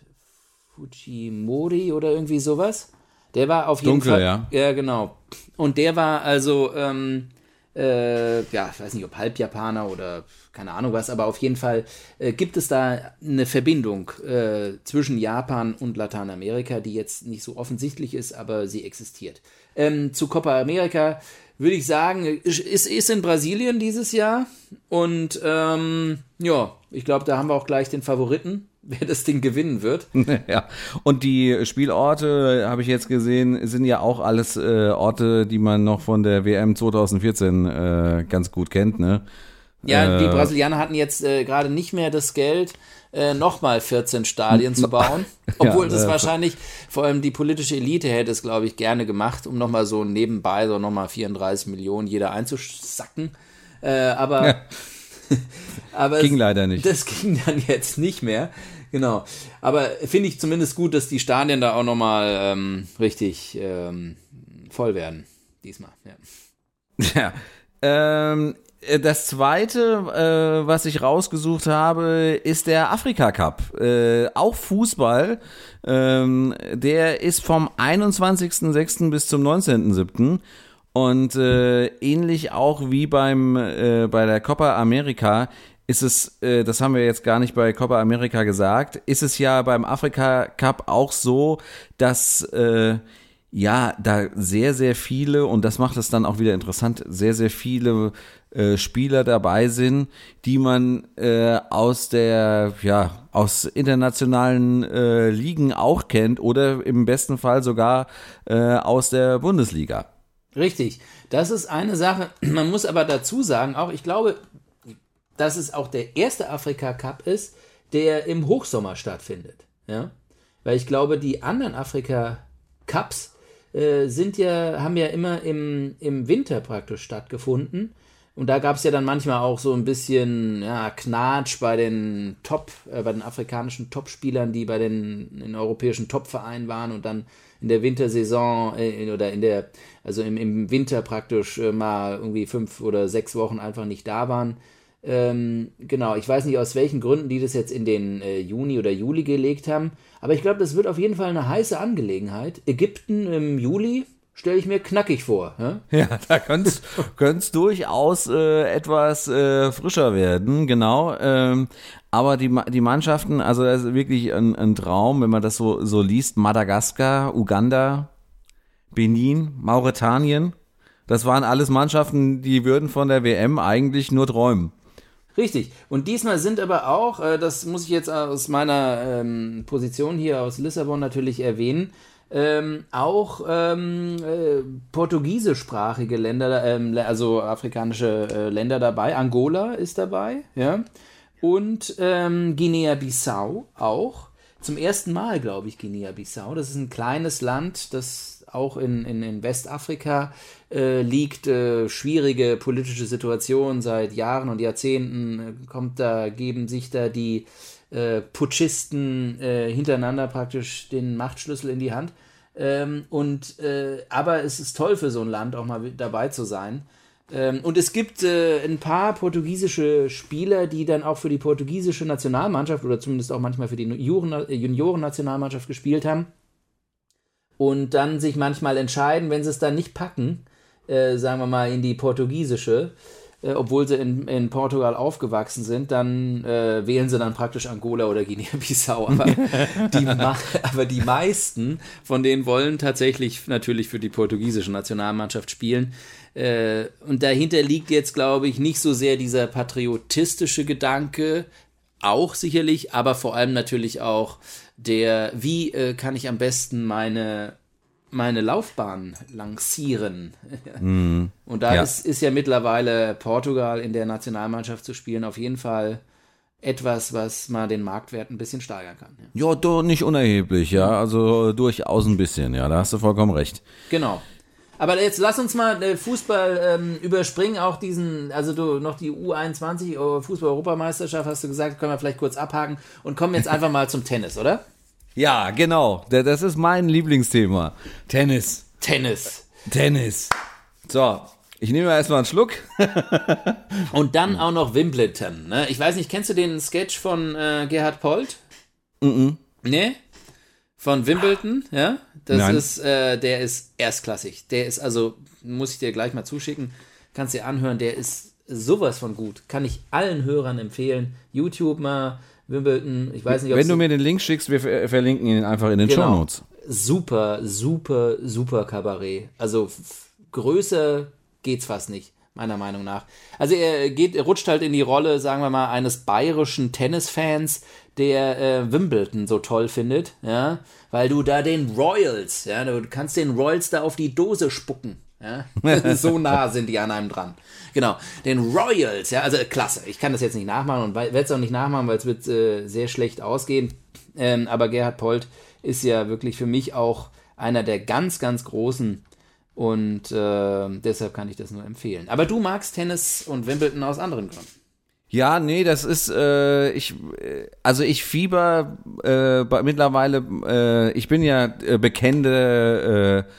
Fujimori oder irgendwie sowas? Der war auf jeden Dunkel, Fall. ja. Ja, genau. Und der war also, ähm, äh, ja, ich weiß nicht, ob Halbjapaner oder keine Ahnung was, aber auf jeden Fall äh, gibt es da eine Verbindung äh, zwischen Japan und Lateinamerika, die jetzt nicht so offensichtlich ist, aber sie existiert. Ähm, zu Copa America würde ich sagen, ist, ist in Brasilien dieses Jahr und ähm, ja, ich glaube, da haben wir auch gleich den Favoriten, wer das Ding gewinnen wird. Ja, und die Spielorte, habe ich jetzt gesehen, sind ja auch alles äh, Orte, die man noch von der W M zwanzig vierzehn äh, ganz gut kennt, ne? Ja, äh, die Brasilianer hatten jetzt äh, gerade nicht mehr das Geld, äh, nochmal vierzehn Stadien zu bauen, obwohl ja, das äh, wahrscheinlich, vor allem die politische Elite hätte es, glaube ich, gerne gemacht, um nochmal so nebenbei so nochmal vierunddreißig Millionen jeder einzusacken, äh, aber, ja. aber ging es, leider nicht. Das ging dann jetzt nicht mehr, genau, aber finde ich zumindest gut, dass die Stadien da auch nochmal ähm, richtig ähm, voll werden, diesmal, ja. Ja, ähm, das zweite, äh, was ich rausgesucht habe, ist der Afrika Cup. Äh, auch Fußball. Ähm, der ist vom einundzwanzigsten sechsten bis zum neunzehnten siebten Und äh, ähnlich auch wie beim äh, bei der Copa America ist es, äh, das haben wir jetzt gar nicht bei Copa America gesagt, ist es ja beim Afrika Cup auch so, dass äh, ja, da sehr, sehr viele, und das macht es dann auch wieder interessant, sehr, sehr viele äh, Spieler dabei sind, die man äh, aus der, ja, aus internationalen äh, Ligen auch kennt oder im besten Fall sogar äh, aus der Bundesliga. Richtig, das ist eine Sache. Man muss aber dazu sagen, auch ich glaube, dass es auch der erste Afrika Cup ist, der im Hochsommer stattfindet. Ja? Weil ich glaube, die anderen Afrika Cups äh, sind ja, haben ja immer im, im Winter praktisch stattgefunden. Und da gab es ja dann manchmal auch so ein bisschen ja, Knatsch bei den Top, äh, bei den afrikanischen Topspielern, die bei den in europäischen Topvereinen waren und dann in der Wintersaison äh, oder in der, also im, im Winter praktisch äh, mal irgendwie fünf oder sechs Wochen einfach nicht da waren. Ähm, genau, ich weiß nicht, aus welchen Gründen die das jetzt in den äh, Juni oder Juli gelegt haben, aber ich glaube, das wird auf jeden Fall eine heiße Angelegenheit. Ägypten im Juli stelle ich mir knackig vor. Ja, ja da könnte es durchaus äh, etwas äh, frischer werden, genau. Ähm, aber die, die Mannschaften, also das ist wirklich ein, ein Traum, wenn man das so, so liest. Madagaskar, Uganda, Benin, Mauretanien, das waren alles Mannschaften, die würden von der W M eigentlich nur träumen. Richtig. Und diesmal sind aber auch, äh, das muss ich jetzt aus meiner ähm, Position hier aus Lissabon natürlich erwähnen, ähm, auch ähm, äh, portugiesischsprachige Länder, ähm, also afrikanische äh, Länder dabei. Angola ist dabei, ja. Und ähm, Guinea-Bissau auch. Zum ersten Mal, glaube ich, Guinea-Bissau. Das ist ein kleines Land, das auch in, in, in Westafrika äh, liegt. Äh, schwierige politische Situation seit Jahren und Jahrzehnten. Äh, kommt da, geben sich da die äh, Putschisten äh, hintereinander praktisch den Machtschlüssel in die Hand. Ähm, und äh, aber es ist toll für so ein Land auch mal dabei zu sein. Ähm, und es gibt äh, ein paar portugiesische Spieler, die dann auch für die portugiesische Nationalmannschaft oder zumindest auch manchmal für die Junioren- Junioren-Nationalmannschaft gespielt haben. und dann sich manchmal entscheiden, wenn sie es dann nicht packen, äh, sagen wir mal in die portugiesische, äh, obwohl sie in, in Portugal aufgewachsen sind, dann äh, wählen sie dann praktisch Angola oder Guinea-Bissau. Aber die, aber die meisten von denen wollen tatsächlich natürlich für die portugiesische Nationalmannschaft spielen. Äh, und dahinter liegt jetzt, glaube ich, nicht so sehr dieser patriotistische Gedanke, auch sicherlich, aber vor allem natürlich auch der, wie äh, kann ich am besten meine meine Laufbahn lancieren. Mm, und da ja. Ist, ist ja mittlerweile Portugal in der Nationalmannschaft zu spielen auf jeden Fall etwas, was mal den Marktwert ein bisschen steigern kann. Ja, ja doch nicht unerheblich, ja, also durchaus ein bisschen, ja, da hast du vollkommen recht. Genau. Aber jetzt lass uns mal äh, Fußball ähm, überspringen, auch diesen, also du noch die U einundzwanzig Fußball-Europameisterschaft, hast du gesagt, können wir vielleicht kurz abhaken und kommen jetzt einfach mal zum Tennis, oder? Ja, genau. Das ist mein Lieblingsthema. Tennis. Tennis. Tennis. So, ich nehme erstmal einen Schluck. Und dann auch noch Wimbledon. Ne? Ich weiß nicht, kennst du den Sketch von äh, Gerhard Polt? Mhm. Nee? Von Wimbledon, ja? Das Nein. ist, äh, der ist erstklassig. Der ist also, muss ich dir gleich mal zuschicken, kannst dir anhören, der ist sowas von gut. Kann ich allen Hörern empfehlen. YouTube mal, Wimbledon, ich weiß nicht, ob Wenn du mir den Link schickst, wir verlinken ihn einfach in den genau. Shownotes. Super, super, super Kabarett. Also f- größer geht's fast nicht, meiner Meinung nach. Also er geht, er rutscht halt in die Rolle, sagen wir mal, eines bayerischen Tennisfans, der äh, Wimbledon so toll findet, ja, weil du da den Royals, ja, du kannst den Royals da auf die Dose spucken. Ja? So nah sind die an einem dran. Genau, den Royals, ja, also klasse. Ich kann das jetzt nicht nachmachen und werde es auch nicht nachmachen, weil es wird äh, sehr schlecht ausgehen. Ähm, aber Gerhard Polt ist ja wirklich für mich auch einer der ganz, ganz Großen und äh, deshalb kann ich das nur empfehlen. Aber du magst Tennis und Wimbledon aus anderen Gründen. Ja, nee, das ist, äh, ich, also ich fieber äh, bei, mittlerweile, äh, ich bin ja äh, bekennende äh,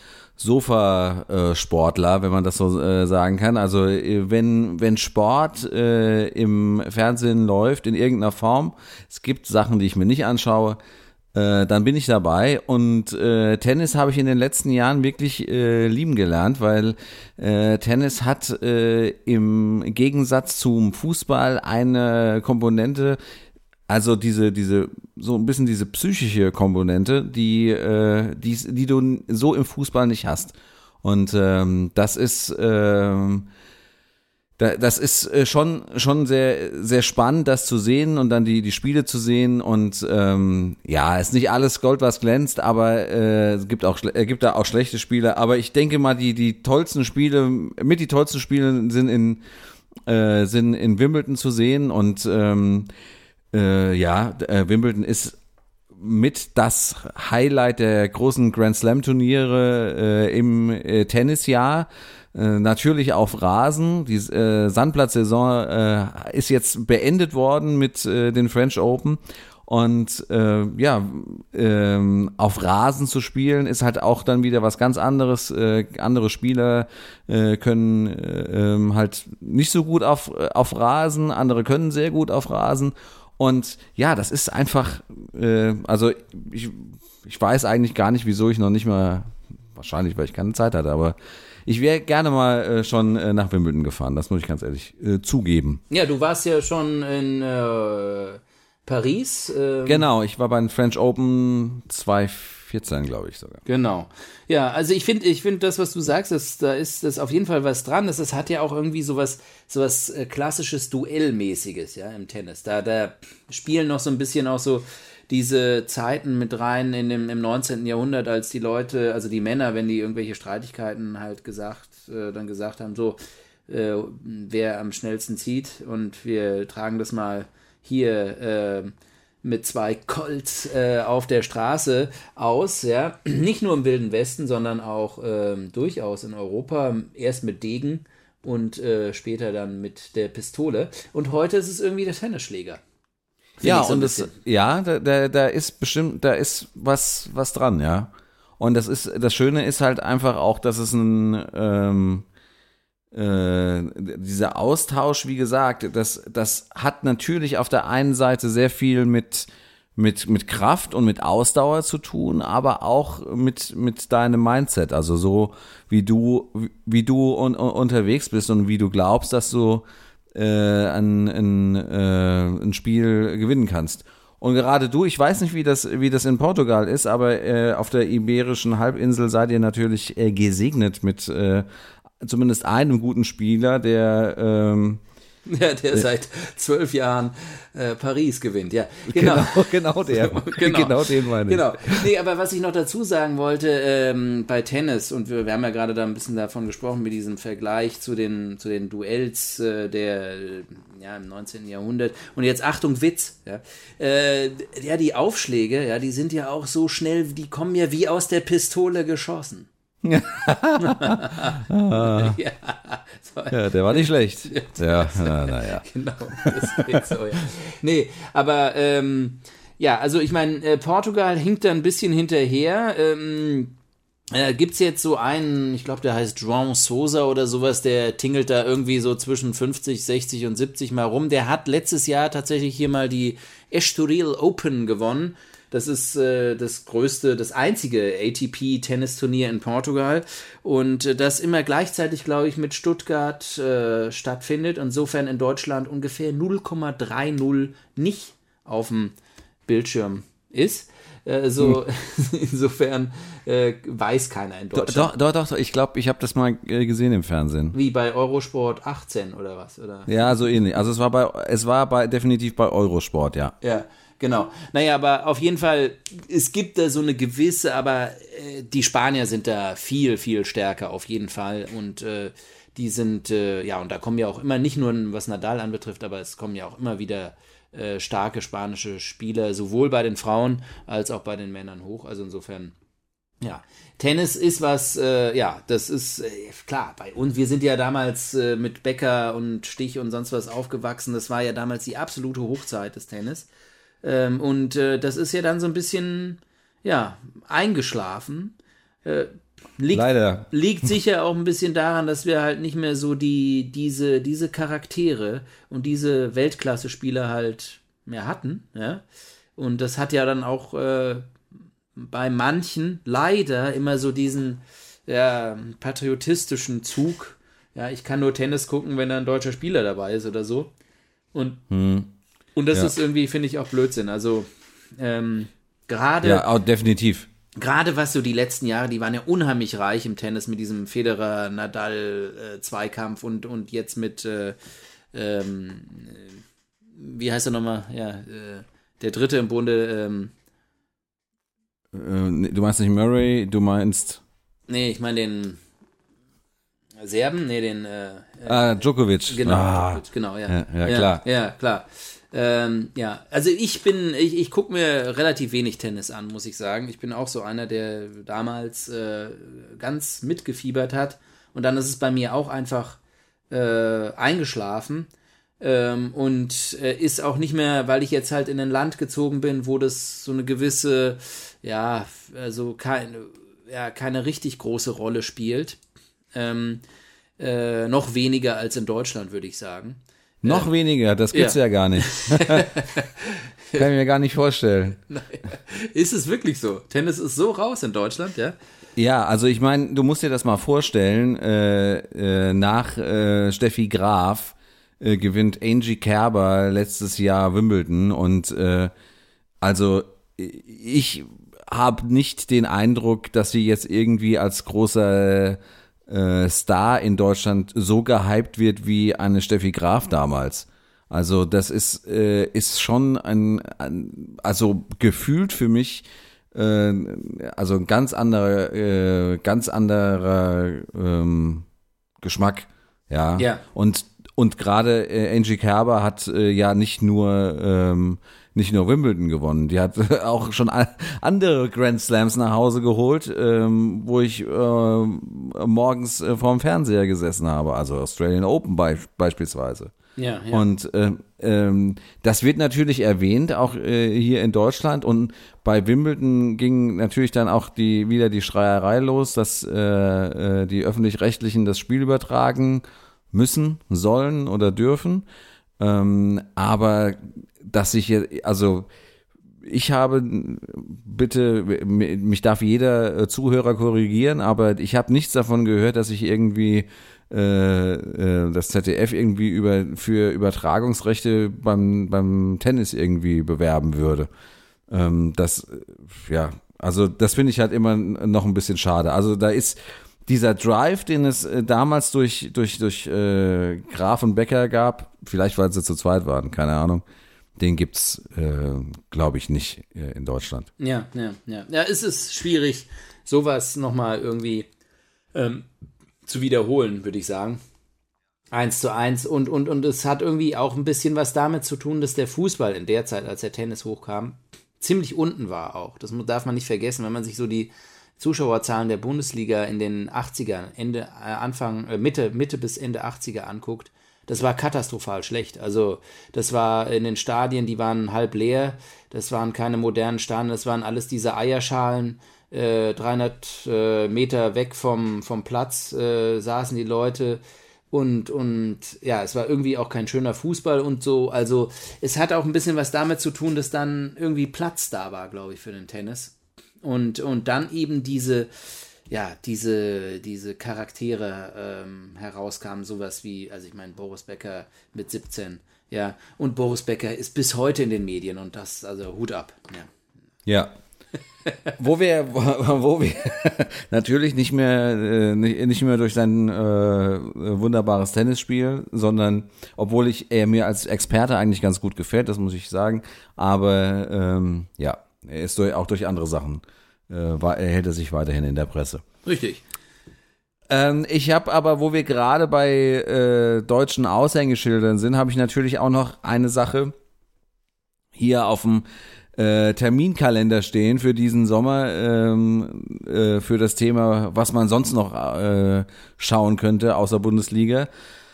Sofa-Sportler, wenn man das so äh, sagen kann. Also wenn wenn Sport äh, im Fernsehen läuft in irgendeiner Form, es gibt Sachen, die ich mir nicht anschaue, äh, dann bin ich dabei. Und äh, Tennis habe ich in den letzten Jahren wirklich äh, lieben gelernt, weil äh, Tennis hat äh, im Gegensatz zum Fußball eine Komponente, also diese, diese, so ein bisschen diese psychische Komponente, die, äh, die, die du so im Fußball nicht hast. Und ähm, das ist, ähm, da, das ist äh, schon, schon sehr, sehr spannend, das zu sehen und dann die, die Spiele zu sehen. Und ähm, ja, ist nicht alles Gold, was glänzt, aber äh, es gibt auch, äh, gibt da auch schlechte Spiele. Aber ich denke mal, die, die tollsten Spiele, mit die tollsten Spiele sind in, äh, sind in Wimbledon zu sehen und ähm, Äh, ja, äh, Wimbledon ist mit das Highlight der großen Grand Slam Turniere äh, im äh, Tennisjahr. Äh, natürlich auf Rasen. Die äh, Sandplatzsaison äh, ist jetzt beendet worden mit äh, den French Open. Und äh, ja, ähm, auf Rasen zu spielen ist halt auch dann wieder was ganz anderes. Äh, andere Spieler äh, können äh, halt nicht so gut auf, auf Rasen, andere können sehr gut auf Rasen. Und ja, das ist einfach, äh, also ich, ich weiß eigentlich gar nicht, wieso ich noch nicht mal, wahrscheinlich, weil ich keine Zeit hatte, aber ich wäre gerne mal äh, schon äh, nach Wimbledon gefahren, das muss ich ganz ehrlich äh, zugeben. Ja, du warst ja schon in äh, Paris. Ähm, genau, ich war bei den French Open zwanzig vierzehn, glaube ich sogar. Genau. Ja, also ich finde, ich finde das, was du sagst, das, da ist das auf jeden Fall was dran. Das, das hat ja auch irgendwie sowas, sowas äh, klassisches Duellmäßiges, ja, im Tennis. Da, da spielen noch so ein bisschen auch so diese Zeiten mit rein in dem, im neunzehnten Jahrhundert, als die Leute, also die Männer, wenn die irgendwelche Streitigkeiten halt gesagt, äh, dann gesagt haben, so, äh, wer am schnellsten zieht und wir tragen das mal hier, äh, mit zwei Colts äh, auf der Straße aus, ja, nicht nur im Wilden Westen, sondern auch ähm, durchaus in Europa, erst mit Degen und äh, später dann mit der Pistole. Und heute ist es irgendwie der Tennisschläger. Ja, so und das, ja, da, da, da ist bestimmt, da ist was, was dran, ja. Und das ist, das Schöne ist halt einfach auch, dass es ein, ähm, äh, dieser Austausch, wie gesagt, das, das hat natürlich auf der einen Seite sehr viel mit, mit, mit Kraft und mit Ausdauer zu tun, aber auch mit, mit deinem Mindset. Also so, wie du, wie du un, un, unterwegs bist und wie du glaubst, dass du äh, ein, ein, äh, ein Spiel gewinnen kannst. Und gerade du, ich weiß nicht, wie das, wie das in Portugal ist, aber äh, auf der Iberischen Halbinsel seid ihr natürlich äh, gesegnet mit äh, zumindest einem guten Spieler, der ähm, Ja, der äh, seit zwölf Jahren äh, Paris gewinnt, ja. Genau, genau, genau der. genau. genau den meine ich. Genau. Nee, aber was ich noch dazu sagen wollte, ähm, bei Tennis, und wir, wir haben ja gerade da ein bisschen davon gesprochen, mit diesem Vergleich zu den, zu den Duells äh, der, ja, im neunzehnten Jahrhundert. Und jetzt Achtung, Witz, ja. Äh, ja, die Aufschläge, ja, die sind ja auch so schnell, die kommen ja wie aus der Pistole geschossen. ja. ja, ja, der war nicht schlecht. Ja, na, na ja. Genau, das geht so, ja. Nee, aber ähm, ja, also ich meine, äh, Portugal hinkt da ein bisschen hinterher. Ähm, äh, gibt's jetzt so einen, ich glaube, der heißt João Sousa oder sowas, der tingelt da irgendwie so zwischen fünfzig, sechzig und siebzig mal rum. Der hat letztes Jahr tatsächlich hier mal die Estoril Open gewonnen. Das ist äh, das größte, das einzige A T P-Tennisturnier in Portugal und äh, das immer gleichzeitig, glaube ich, mit Stuttgart äh, stattfindet. Insofern in Deutschland ungefähr null Komma dreißig nicht auf dem Bildschirm ist. Äh, so, hm. Insofern äh, weiß keiner in Deutschland. Doch, doch, doch, ich glaube, ich habe das mal äh, gesehen im Fernsehen. Wie bei Eurosport achtzehn oder was? Oder? Ja, so ähnlich. Also es war bei, es war bei definitiv bei Eurosport, ja. Ja. Genau. Naja, aber auf jeden Fall, es gibt da so eine gewisse, aber äh, die Spanier sind da viel, viel stärker auf jeden Fall und äh, die sind, äh, ja, und da kommen ja auch immer, nicht nur was Nadal anbetrifft, aber es kommen ja auch immer wieder äh, starke spanische Spieler, sowohl bei den Frauen als auch bei den Männern hoch. Also insofern, ja, Tennis ist was, äh, ja, das ist äh, klar, bei uns, wir sind ja damals äh, mit Becker und Stich und sonst was aufgewachsen, das war ja damals die absolute Hochzeit des Tennis. Ähm, und äh, das ist ja dann so ein bisschen, ja, eingeschlafen. Äh, liegt, Leider. Liegt sicher auch ein bisschen daran, dass wir halt nicht mehr so die, diese, diese Charaktere und diese Weltklasse-Spieler halt mehr hatten. Ja? Und das hat ja dann auch äh, bei manchen leider immer so diesen ja, patriotistischen Zug. Ja, ich kann nur Tennis gucken, wenn da ein deutscher Spieler dabei ist oder so. Und hm. Und das ja. ist irgendwie, finde ich, auch Blödsinn. Also ähm, gerade... Ja, auch definitiv. Gerade was so die letzten Jahre, die waren ja unheimlich reich im Tennis mit diesem Federer-Nadal-Zweikampf und, und jetzt mit, äh, ähm, wie heißt er nochmal? Ja, äh, der Dritte im Bunde. Ähm, äh, du meinst nicht Murray, du meinst... Nee, ich meine den Serben, nee, den... Äh, ah, Djokovic. Genau, ah. Djokovic, genau, ja. Ja, ja, ja klar. Ja, klar. Ähm, ja, also ich bin, ich, ich gucke mir relativ wenig Tennis an, muss ich sagen. Ich bin auch so einer, der damals äh, ganz mitgefiebert hat und dann ist es bei mir auch einfach äh, eingeschlafen ähm, und äh, ist auch nicht mehr, weil ich jetzt halt in ein Land gezogen bin, wo das so eine gewisse, ja, also keine, ja, keine richtig große Rolle spielt. Ähm, äh, noch weniger als in Deutschland, würde ich sagen. Noch äh, weniger, das gibt's ja, ja gar nicht. Kann ich mir gar nicht vorstellen. Ist es wirklich so? Tennis ist so raus in Deutschland, ja? Ja, also ich meine, du musst dir das mal vorstellen, äh, äh, nach äh, Steffi Graf äh, gewinnt Angie Kerber letztes Jahr Wimbledon und äh, also ich habe nicht den Eindruck, dass sie jetzt irgendwie als großer Äh, Star in Deutschland so gehypt wird wie eine Steffi Graf damals. Also das ist äh, ist schon ein, ein also gefühlt für mich äh, also ein ganz anderer äh, ganz anderer ähm, Geschmack, ja. Ja. Und und gerade äh, Angie Kerber hat äh, ja nicht nur ähm, nicht nur Wimbledon gewonnen, die hat auch schon andere Grand Slams nach Hause geholt, ähm, wo ich äh, morgens äh, vorm Fernseher gesessen habe, also Australian Open be- beispielsweise. Ja, ja. Und äh, ähm, das wird natürlich erwähnt, auch äh, hier in Deutschland. Und bei Wimbledon ging natürlich dann auch die wieder die Schreierei los, dass äh, äh, die Öffentlich-Rechtlichen das Spiel übertragen müssen, sollen oder dürfen. Ähm, aber dass sich jetzt, also ich habe, bitte, mich darf jeder Zuhörer korrigieren, aber ich habe nichts davon gehört, dass ich irgendwie äh, äh, das Z D F irgendwie über für Übertragungsrechte beim beim Tennis irgendwie bewerben würde. Ähm, das, ja, also das finde ich halt immer noch ein bisschen schade. Also da ist dieser Drive, den es äh, damals durch durch durch äh, Graf und Becker gab, vielleicht weil sie zu zweit waren, keine Ahnung. Den gibt's, äh, glaube ich, nicht äh, in Deutschland. Ja, ja, ja. Ja, es ist schwierig, sowas nochmal irgendwie ähm, zu wiederholen, würde ich sagen. Eins zu eins. Und, und, und es hat irgendwie auch ein bisschen was damit zu tun, dass der Fußball in der Zeit, als der Tennis hochkam, ziemlich unten war auch. Das darf man nicht vergessen, wenn man sich so die Zuschauerzahlen der Bundesliga in den achtzigern, Ende, äh, Anfang, äh, Mitte, Mitte bis Ende achtziger anguckt. Das war katastrophal schlecht. Also das war in den Stadien, die waren halb leer. Das waren keine modernen Stadien. Das waren alles diese Eierschalen. Äh, dreihundert äh, Meter weg vom, vom Platz äh, saßen die Leute. Und, und ja, es war irgendwie auch kein schöner Fußball und so. Also es hat auch ein bisschen was damit zu tun, dass dann irgendwie Platz da war, glaube ich, für den Tennis. Und, und dann eben diese... ja, diese, diese Charaktere ähm, herauskamen, sowas wie, also ich meine, Boris Becker mit siebzehn, ja, und Boris Becker ist bis heute in den Medien und das, also Hut ab, ja. Ja. wo wir, wo, wo wir natürlich nicht mehr, äh, nicht, nicht mehr durch sein äh, wunderbares Tennisspiel, sondern, obwohl ich er mir als Experte eigentlich ganz gut gefällt, das muss ich sagen, aber ähm, ja, er ist durch, auch durch andere Sachen Äh, war, er hält er sich weiterhin in der Presse. Richtig. Ähm, ich habe aber, wo wir gerade bei äh, deutschen Aushängeschildern sind, habe ich natürlich auch noch eine Sache hier auf dem äh, Terminkalender stehen für diesen Sommer, ähm, äh, für das Thema, was man sonst noch äh, schauen könnte außer Bundesliga.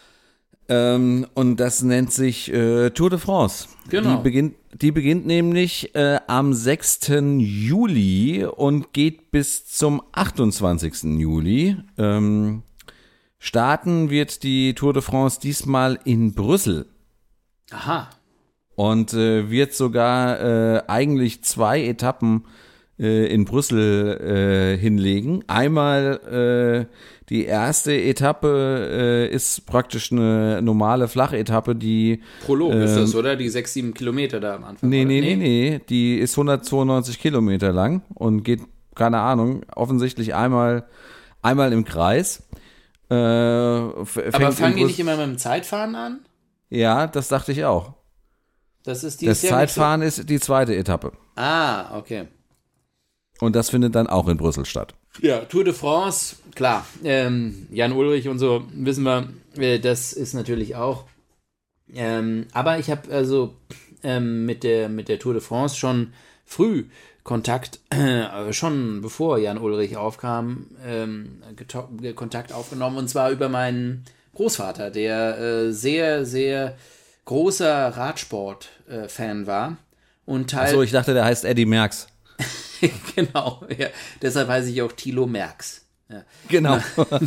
Ähm, und das nennt sich äh, Tour de France. Genau. Die beginnt, die beginnt nämlich äh, am sechsten Juli und geht bis zum achtundzwanzigsten Juli. Ähm, starten wird die Tour de France diesmal in Brüssel. Aha. Und äh, wird sogar äh, eigentlich zwei Etappen äh, in Brüssel äh, hinlegen. Einmal äh, die erste Etappe äh, ist praktisch eine normale Flachetappe, die Prolog äh, ist das, oder? Die sechs, sieben Kilometer da am Anfang. Nee, oder? nee, nee, nee. Die ist hundertzweiundneunzig Kilometer lang und geht, keine Ahnung, offensichtlich einmal, einmal im Kreis. Äh, Aber fangen die nicht immer mit dem Zeitfahren an? Ja, das dachte ich auch. Das ist die Das ist ja Zeitfahren nicht so ist die zweite Etappe. Ah, okay. Und das findet dann auch in Brüssel statt. Ja, Tour de France, klar. Ähm, Jan Ullrich und so, wissen wir, äh, das ist natürlich auch. Ähm, aber ich habe also ähm, mit der mit der Tour de France schon früh Kontakt, äh, schon bevor Jan Ullrich aufkam, ähm, geto- Kontakt aufgenommen, und zwar über meinen Großvater, der äh, sehr, sehr großer Radsport-Fan äh, war. Und Teil Achso, ich dachte, der heißt Eddie Merckx. Genau, ja. Deshalb heiße ich auch Thilo Merckx. Ja. Genau.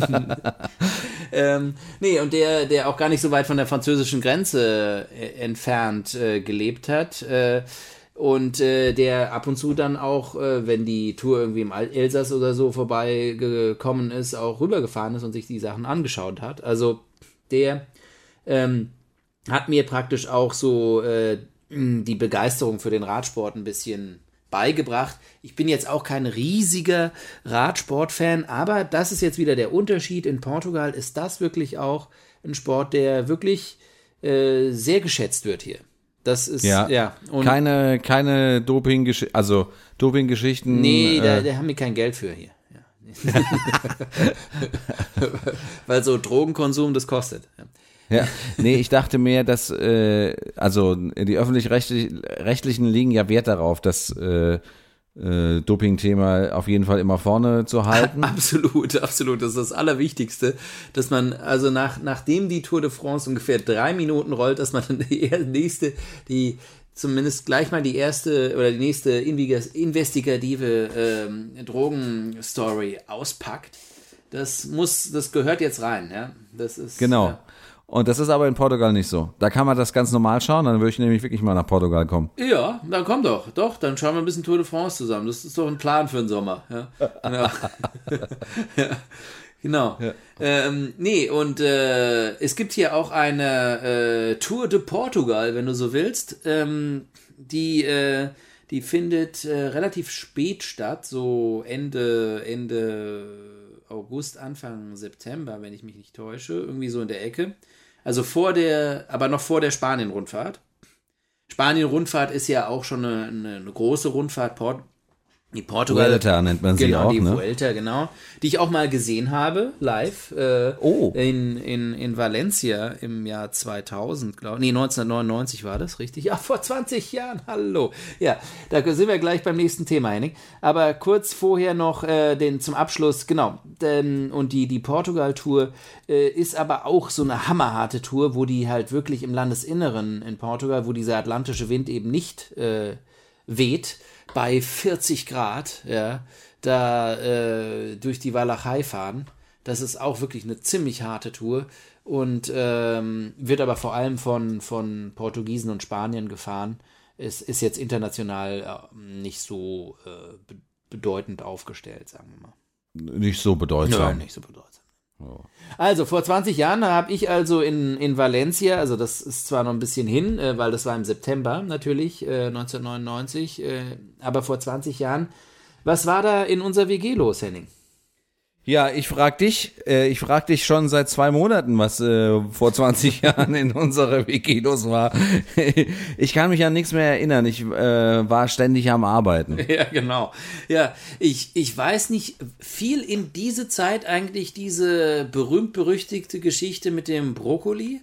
ähm, nee, und der, der auch gar nicht so weit von der französischen Grenze äh, entfernt äh, gelebt hat. Äh, und äh, der ab und zu dann auch, äh, wenn die Tour irgendwie im Elsass oder so vorbeigekommen ist, auch rübergefahren ist und sich die Sachen angeschaut hat. Also der ähm, hat mir praktisch auch so äh, die Begeisterung für den Radsport ein bisschen beigebracht. Ich bin jetzt auch kein riesiger Radsport-Fan, aber das ist jetzt wieder der Unterschied. In Portugal ist das wirklich auch ein Sport, der wirklich äh, sehr geschätzt wird hier. Das ist, ja, ja. Und keine, keine Doping-Geschichten, also Doping-Geschichten. nee, äh, da, da haben wir kein Geld für hier. Ja. Weil so Drogenkonsum, das kostet. Ja. Ja, nee, ich dachte mehr, dass, äh, also die öffentlich-rechtlichen legen ja Wert darauf, das äh, äh, Doping-Thema auf jeden Fall immer vorne zu halten. Absolut, absolut. Das ist das Allerwichtigste, dass man, also nach, nachdem die Tour de France ungefähr drei Minuten rollt, dass man dann die nächste, die zumindest gleich mal die erste oder die nächste investigative ähm, Drogenstory auspackt. Das muss, das gehört jetzt rein, ja. Das ist Genau. Ja. Und das ist aber in Portugal nicht so. Da kann man das ganz normal schauen, dann würde ich nämlich wirklich mal nach Portugal kommen. Ja, dann komm doch. Doch, dann schauen wir ein bisschen Tour de France zusammen. Das ist doch ein Plan für den Sommer. Ja, genau. ja. Genau. Ja. Ähm, nee, und äh, es gibt hier auch eine äh, Tour de Portugal, wenn du so willst. Ähm, die, äh, die findet äh, relativ spät statt, so Ende, Ende August, Anfang September, wenn ich mich nicht täusche. Irgendwie so in der Ecke. Also vor der, aber noch vor der Spanien-Rundfahrt. Spanien-Rundfahrt ist ja auch schon eine, eine, eine große Rundfahrt. Port, die Portugal. Vuelta nennt man sie genau, auch, die ne? Vuelta, genau. Die ich auch mal gesehen habe, live. Äh, oh. In, in, in Valencia im Jahr zweitausend, glaube ich. Nee, neunzehnhundertneunundneunzig war das, richtig? Ja, vor zwanzig Jahren, hallo. Ja, da sind wir gleich beim nächsten Thema, Henning. Aber kurz vorher noch äh, den zum Abschluss, genau. Ähm, und die, die Portugal-Tour äh, ist aber auch so eine hammerharte Tour, wo die halt wirklich im Landesinneren in Portugal, wo dieser atlantische Wind eben nicht äh, weht, bei vierzig Grad, ja, da äh, durch die Walachei fahren. Das ist auch wirklich eine ziemlich harte Tour und ähm, wird aber vor allem von, von Portugiesen und Spaniern gefahren. Es ist jetzt international äh, nicht so äh, be- bedeutend aufgestellt, sagen wir mal. Nicht so bedeutsam. Nein, nicht so bedeutsam. Oh. Also, vor zwanzig Jahren habe ich also in, in Valencia, also das ist zwar noch ein bisschen hin, äh, weil das war im September natürlich, äh, neunzehnhundertneunundneunzig, äh, aber vor zwanzig Jahren, was war da in unserer W G los, Henning? Ja, ich frag dich, äh, ich frag dich schon seit zwei Monaten, was äh, vor zwanzig Jahren in unserer W G los war. Ich kann mich an nichts mehr erinnern. Ich äh, war ständig am Arbeiten. Ja, genau. Ja, ich, ich weiß nicht, fiel in diese Zeit eigentlich diese berühmt-berüchtigte Geschichte mit dem Brokkoli?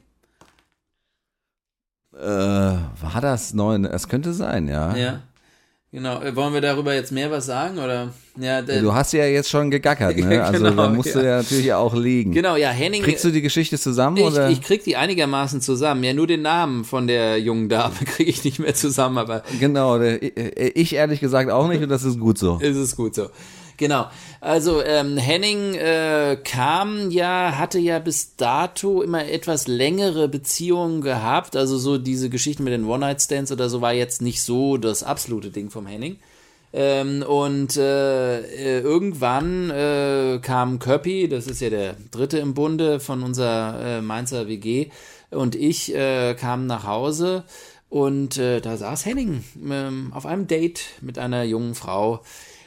Äh, war das neun? Es könnte sein, ja. Ja. Genau, wollen wir darüber jetzt mehr was sagen, oder? Ja, der, du hast ja jetzt schon gegackert, ne? Also genau, da musst ja. du ja natürlich auch liegen. Genau, ja, Henning. Kriegst du die Geschichte zusammen, ich, oder? Ich krieg die einigermaßen zusammen. Ja, nur den Namen von der jungen Dame kriege ich nicht mehr zusammen, aber. Genau, der, ich ehrlich gesagt auch nicht und das ist gut so. Es ist gut so. Genau, also ähm, Henning äh, kam ja, hatte ja bis dato immer etwas längere Beziehungen gehabt, also so diese Geschichten mit den One-Night-Stands oder so war jetzt nicht so das absolute Ding vom Henning. Ähm, und äh, irgendwann äh, kam Köppi, das ist ja der dritte im Bunde von unserer äh, Mainzer W G, und ich äh, kam nach Hause und äh, da saß Henning ähm, auf einem Date mit einer jungen Frau.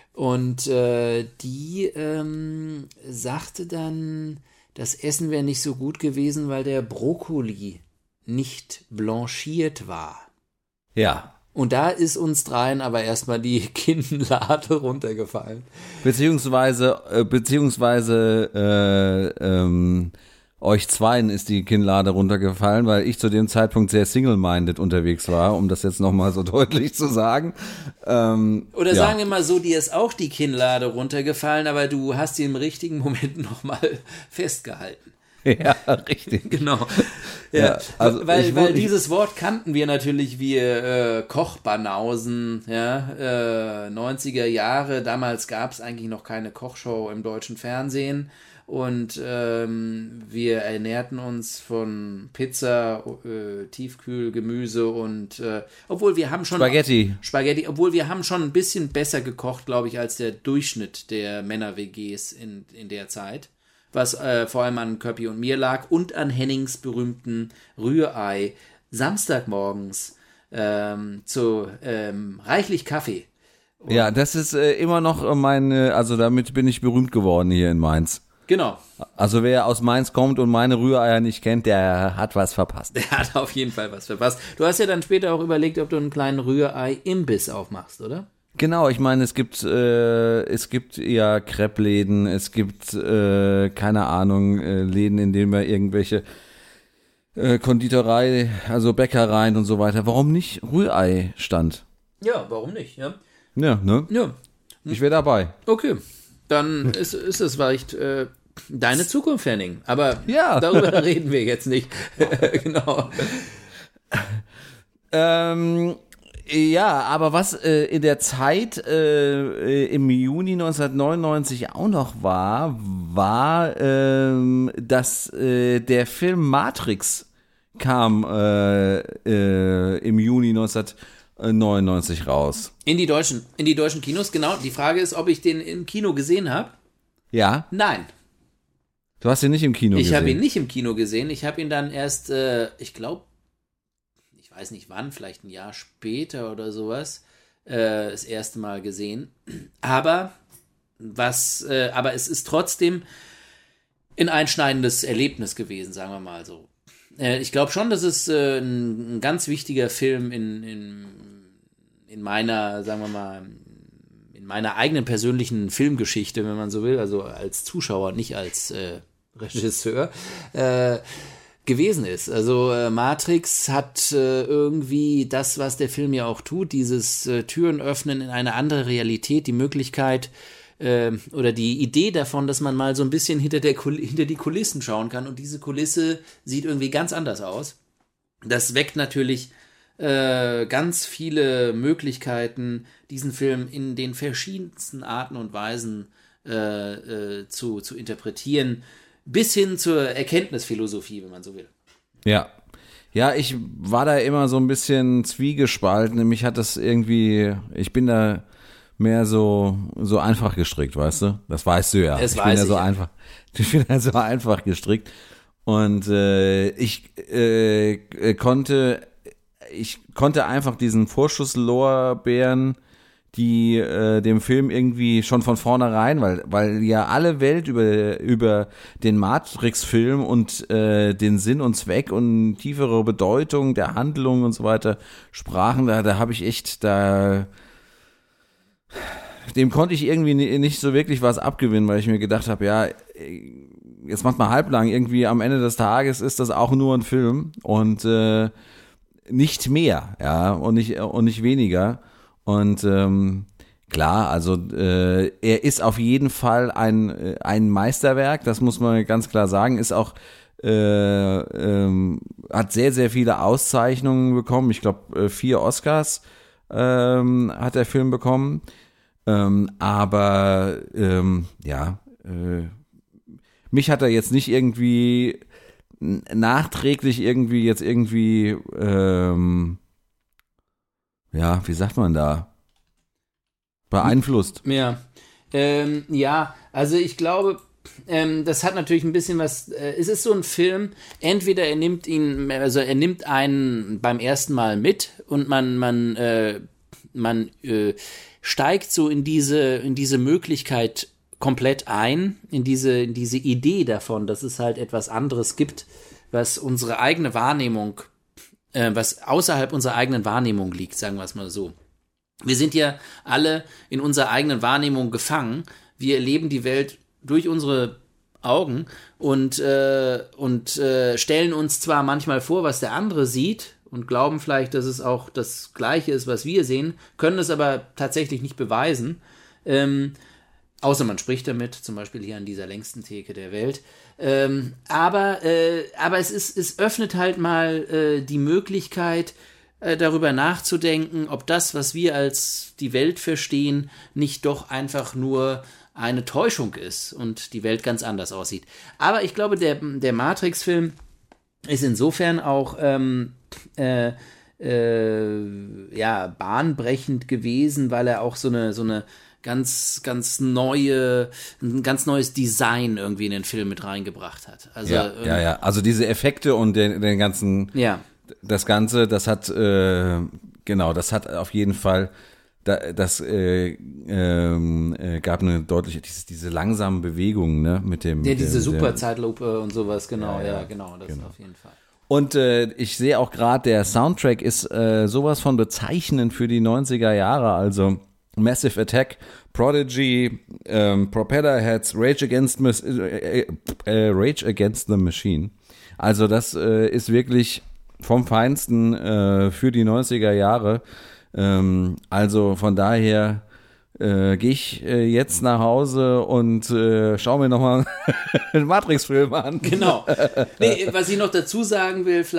Und äh, die ähm, sagte dann, das Essen wäre nicht so gut gewesen, weil der Brokkoli nicht blanchiert war. Ja. Und da ist uns dreien aber erstmal die Kinnlade runtergefallen. Beziehungsweise, äh, beziehungsweise, äh, ähm, euch zweien ist die Kinnlade runtergefallen, weil ich zu dem Zeitpunkt sehr single-minded unterwegs war, um das jetzt nochmal so deutlich zu sagen. Ähm, Oder ja. sagen wir mal so, dir ist auch die Kinnlade runtergefallen, aber du hast sie im richtigen Moment nochmal festgehalten. Ja, richtig. Genau. Ja, ja, also weil, ich, weil ich, dieses Wort kannten wir natürlich, wir äh, Kochbanausen, ja, äh, neunziger Jahre, damals gab es eigentlich noch keine Kochshow im deutschen Fernsehen. Und ähm, wir ernährten uns von Pizza, äh, Tiefkühlgemüse und äh, obwohl wir haben schon Spaghetti. Spaghetti, obwohl wir haben schon ein bisschen besser gekocht, glaube ich, als der Durchschnitt der Männer-W Gs in, in der Zeit. Was äh, vor allem an Köppi und mir lag und an Hennings berühmten Rührei Samstagmorgens ähm, zu ähm, reichlich Kaffee. Und ja, das ist äh, immer noch meine, also damit bin ich berühmt geworden hier in Mainz. Genau. Also wer aus Mainz kommt und meine Rühreier nicht kennt, der hat was verpasst. Der hat auf jeden Fall was verpasst. Du hast ja dann später auch überlegt, ob du einen kleinen Rührei-Imbiss aufmachst, oder? Genau, ich meine, es gibt äh, es gibt ja Crepe-Läden, es gibt, äh, keine Ahnung, äh, Läden, in denen man irgendwelche äh, Konditorei, also Bäckereien und so weiter. Warum nicht Rührei-Stand? Ja, warum nicht, ja. Ja, ne? Ja. Ich wäre dabei. Okay, dann ist, ist es vielleicht äh, deine Zukunft, Henning. Aber ja. darüber reden wir jetzt nicht. Genau. Ähm, Ja, aber was äh, in der Zeit äh, im Juni neunzehnhundertneunundneunzig auch noch war, war, ähm, dass äh, der Film Matrix kam äh, äh, im Juni neunzehnhundertneunundneunzig raus. In die deutschen, in die deutschen Kinos, genau. Die Frage ist, ob ich den im Kino gesehen habe. Ja? Nein. Du hast ihn nicht im Kino ich gesehen? Ich habe ihn nicht im Kino gesehen. Ich habe ihn dann erst, äh, ich glaube, ich weiß nicht wann, vielleicht ein Jahr später oder sowas, äh, das erste Mal gesehen. Aber was, äh, aber es ist trotzdem ein einschneidendes Erlebnis gewesen, sagen wir mal so. Äh, ich glaube schon, dass es äh, ein, ein ganz wichtiger Film in, in, in meiner, sagen wir mal, in meiner eigenen persönlichen Filmgeschichte, wenn man so will, also als Zuschauer, nicht als äh, Regisseur, äh, gewesen ist. Also äh, Matrix hat äh, irgendwie das, was der Film ja auch tut, dieses äh, Türen öffnen in eine andere Realität, die Möglichkeit äh, oder die Idee davon, dass man mal so ein bisschen hinter, der Kul- hinter die Kulissen schauen kann und diese Kulisse sieht irgendwie ganz anders aus. Das weckt natürlich äh, ganz viele Möglichkeiten, diesen Film in den verschiedensten Arten und Weisen äh, äh, zu, zu interpretieren, bis hin zur Erkenntnisphilosophie, wenn man so will. Ja. Ja, ich war da immer so ein bisschen zwiegespalten. Mich hat das irgendwie, ich bin da mehr so, so einfach gestrickt, weißt du? Das weißt du ja. Das ich weiß bin ja ich so ja. einfach. Ich bin ja so einfach gestrickt. Und äh, ich äh, konnte, ich konnte einfach diesen Vorschusslorbeeren, die äh, dem Film irgendwie schon von vornherein, weil weil ja alle Welt über über den Matrix-Film und äh, den Sinn und Zweck und tiefere Bedeutung der Handlung und so weiter sprachen, da da habe ich echt da dem konnte ich irgendwie nicht so wirklich was abgewinnen, weil ich mir gedacht habe, ja, jetzt macht mal halblang, irgendwie am Ende des Tages ist das auch nur ein Film und äh, nicht mehr, ja, und nicht und nicht weniger. Und ähm, klar, also äh, er ist auf jeden Fall ein ein Meisterwerk, das muss man ganz klar sagen, ist auch äh, ähm, hat sehr sehr viele Auszeichnungen bekommen. Ich glaube vier Oscars ähm, hat der Film bekommen, ähm, aber ähm, ja, äh, mich hat er jetzt nicht irgendwie nachträglich irgendwie jetzt irgendwie ähm, ja, wie sagt man da? Beeinflusst. Ja, ähm, ja, also ich glaube, ähm, das hat natürlich ein bisschen was, äh, es ist so ein Film, entweder er nimmt ihn, also er nimmt einen beim ersten Mal mit und man, man, äh, man äh, steigt so in diese, in diese Möglichkeit komplett ein, in diese, in diese Idee davon, dass es halt etwas anderes gibt, was unsere eigene Wahrnehmung was außerhalb unserer eigenen Wahrnehmung liegt, sagen wir es mal so. Wir sind ja alle in unserer eigenen Wahrnehmung gefangen. Wir erleben die Welt durch unsere Augen und, äh, und äh, stellen uns zwar manchmal vor, was der andere sieht und glauben vielleicht, dass es auch das Gleiche ist, was wir sehen, können es aber tatsächlich nicht beweisen. Ähm, Außer man spricht damit, zum Beispiel hier an dieser längsten Theke der Welt. Ähm, aber äh, aber es, ist, es öffnet halt mal äh, die Möglichkeit, äh, darüber nachzudenken, ob das, was wir als die Welt verstehen, nicht doch einfach nur eine Täuschung ist und die Welt ganz anders aussieht. Aber ich glaube, der, der Matrix-Film ist insofern auch ähm, äh, äh, ja, bahnbrechend gewesen, weil er auch so eine, so eine ganz, ganz neue, ein ganz neues Design irgendwie in den Film mit reingebracht hat. Also, ja, ähm, ja, ja. Also diese Effekte und den, den ganzen, ja. das Ganze, das hat, äh, genau, das hat auf jeden Fall, da, das äh, äh, gab eine deutliche, diese, diese langsamen Bewegungen, ne, mit dem. Ja, diese der, Superzeitlupe und sowas, genau, ja, ja, ja, genau, das genau. auf jeden Fall. Und äh, ich sehe auch gerade, der Soundtrack ist äh, sowas von bezeichnend für die neunziger Jahre, also Massive Attack, Prodigy, ähm, Propellerheads, Rage Against, äh, äh, Rage Against the Machine. Also das äh, ist wirklich vom Feinsten äh, für die neunziger Jahre. Ähm, also von daher äh, gehe ich äh, jetzt nach Hause und äh, schaue mir nochmal einen Matrix-Film an. Genau. Nee, was ich noch dazu sagen will, vielleicht,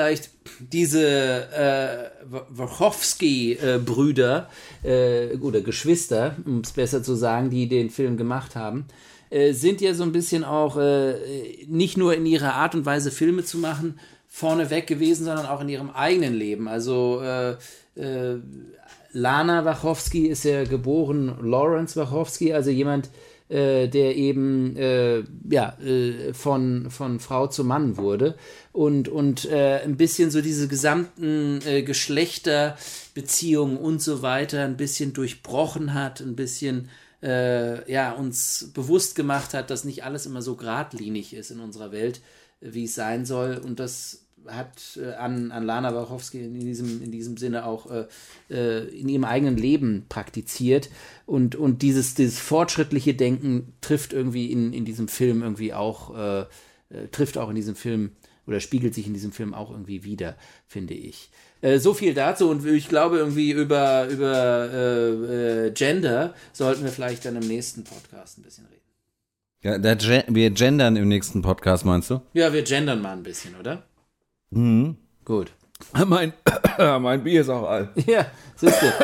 diese äh, Wachowski-Brüder äh, oder Geschwister, um es besser zu sagen, die den Film gemacht haben, äh, sind ja so ein bisschen auch äh, nicht nur in ihrer Art und Weise Filme zu machen vorneweg gewesen, sondern auch in ihrem eigenen Leben. Also äh, äh, Lana Wachowski ist ja geboren Lawrence Wachowski, also jemand, äh, der eben äh, ja, äh, von, von Frau zu Mann wurde und, und äh, ein bisschen so diese gesamten äh, Geschlechterbeziehungen und so weiter ein bisschen durchbrochen hat, ein bisschen äh, ja, uns bewusst gemacht hat, dass nicht alles immer so geradlinig ist in unserer Welt, wie es sein soll, und das hat äh, an, an Lana Wachowski in diesem, in diesem Sinne auch äh, äh, in ihrem eigenen Leben praktiziert, und, und dieses, dieses fortschrittliche Denken trifft irgendwie in, in diesem Film irgendwie auch, äh, äh, trifft auch in diesem Film oder spiegelt sich in diesem Film auch irgendwie wieder, finde ich. Äh, so viel dazu, und ich glaube irgendwie über, über äh, äh, Gender sollten wir vielleicht dann im nächsten Podcast ein bisschen reden. Ja, da, wir gendern im nächsten Podcast, meinst du? Ja, wir gendern mal ein bisschen, oder? Mhm. Gut. Mein, mein Bier ist auch alt. Ja, siehst du.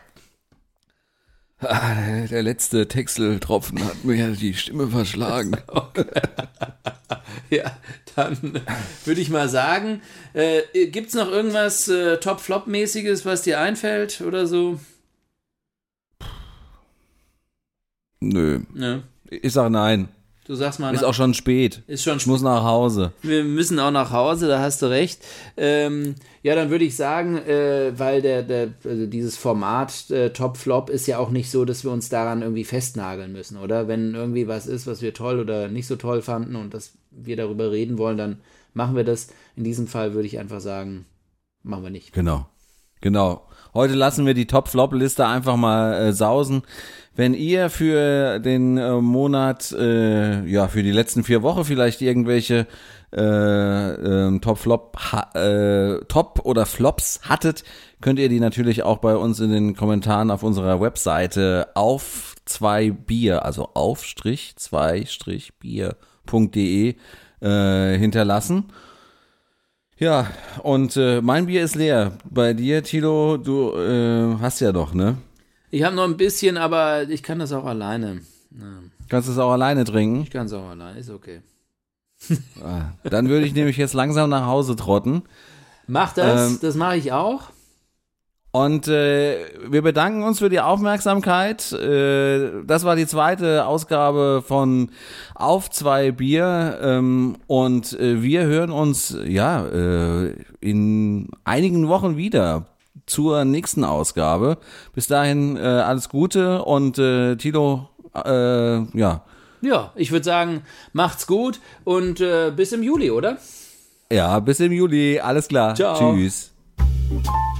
Der letzte Texeltropfen hat mir die Stimme verschlagen. Okay. Ja, dann würde ich mal sagen, äh, gibt's noch irgendwas äh, Top-Flop-mäßiges, was dir einfällt oder so? Nö. Ne? Ich sag nein. Du sagst mal. Ist auch schon spät. Ist schon ich muss nach Hause. Wir müssen auch nach Hause, da hast du recht. Ähm, ja, dann würde ich sagen, äh, weil der, der, also dieses Format äh, Top Flop ist ja auch nicht so, dass wir uns daran irgendwie festnageln müssen, oder? Wenn irgendwie was ist, was wir toll oder nicht so toll fanden und dass wir darüber reden wollen, dann machen wir das. In diesem Fall würde ich einfach sagen, machen wir nicht. Genau. Genau. Heute lassen wir die Top-Flop-Liste einfach mal äh, sausen. Wenn ihr für den äh, Monat, äh, ja, für die letzten vier Wochen vielleicht irgendwelche äh, äh, Top-Flop, äh, Top- oder Flops hattet, könnt ihr die natürlich auch bei uns in den Kommentaren auf unserer Webseite auf zwei Bier, also auf Strich zwei Strich Bier Punkt de äh, hinterlassen. Ja, und äh, mein Bier ist leer. Bei dir, Tilo, du äh, hast ja doch, ne? Ich habe noch ein bisschen, aber ich kann das auch alleine. Ja. Kannst du es auch alleine trinken? Ich kann es auch alleine, ist okay. Ah, dann würde ich nämlich jetzt langsam nach Hause trotten. Mach das, ähm, das mache ich auch. Und äh, wir bedanken uns für die Aufmerksamkeit. Äh, das war die zweite Ausgabe von Auf zwei Bier. Ähm, und äh, wir hören uns ja äh, in einigen Wochen wieder zur nächsten Ausgabe. Bis dahin äh, alles Gute und äh, Tilo, äh, ja. Ja, ich würde sagen, macht's gut und äh, bis im Juli, oder? Ja, bis im Juli. Alles klar. Ciao. Tschüss.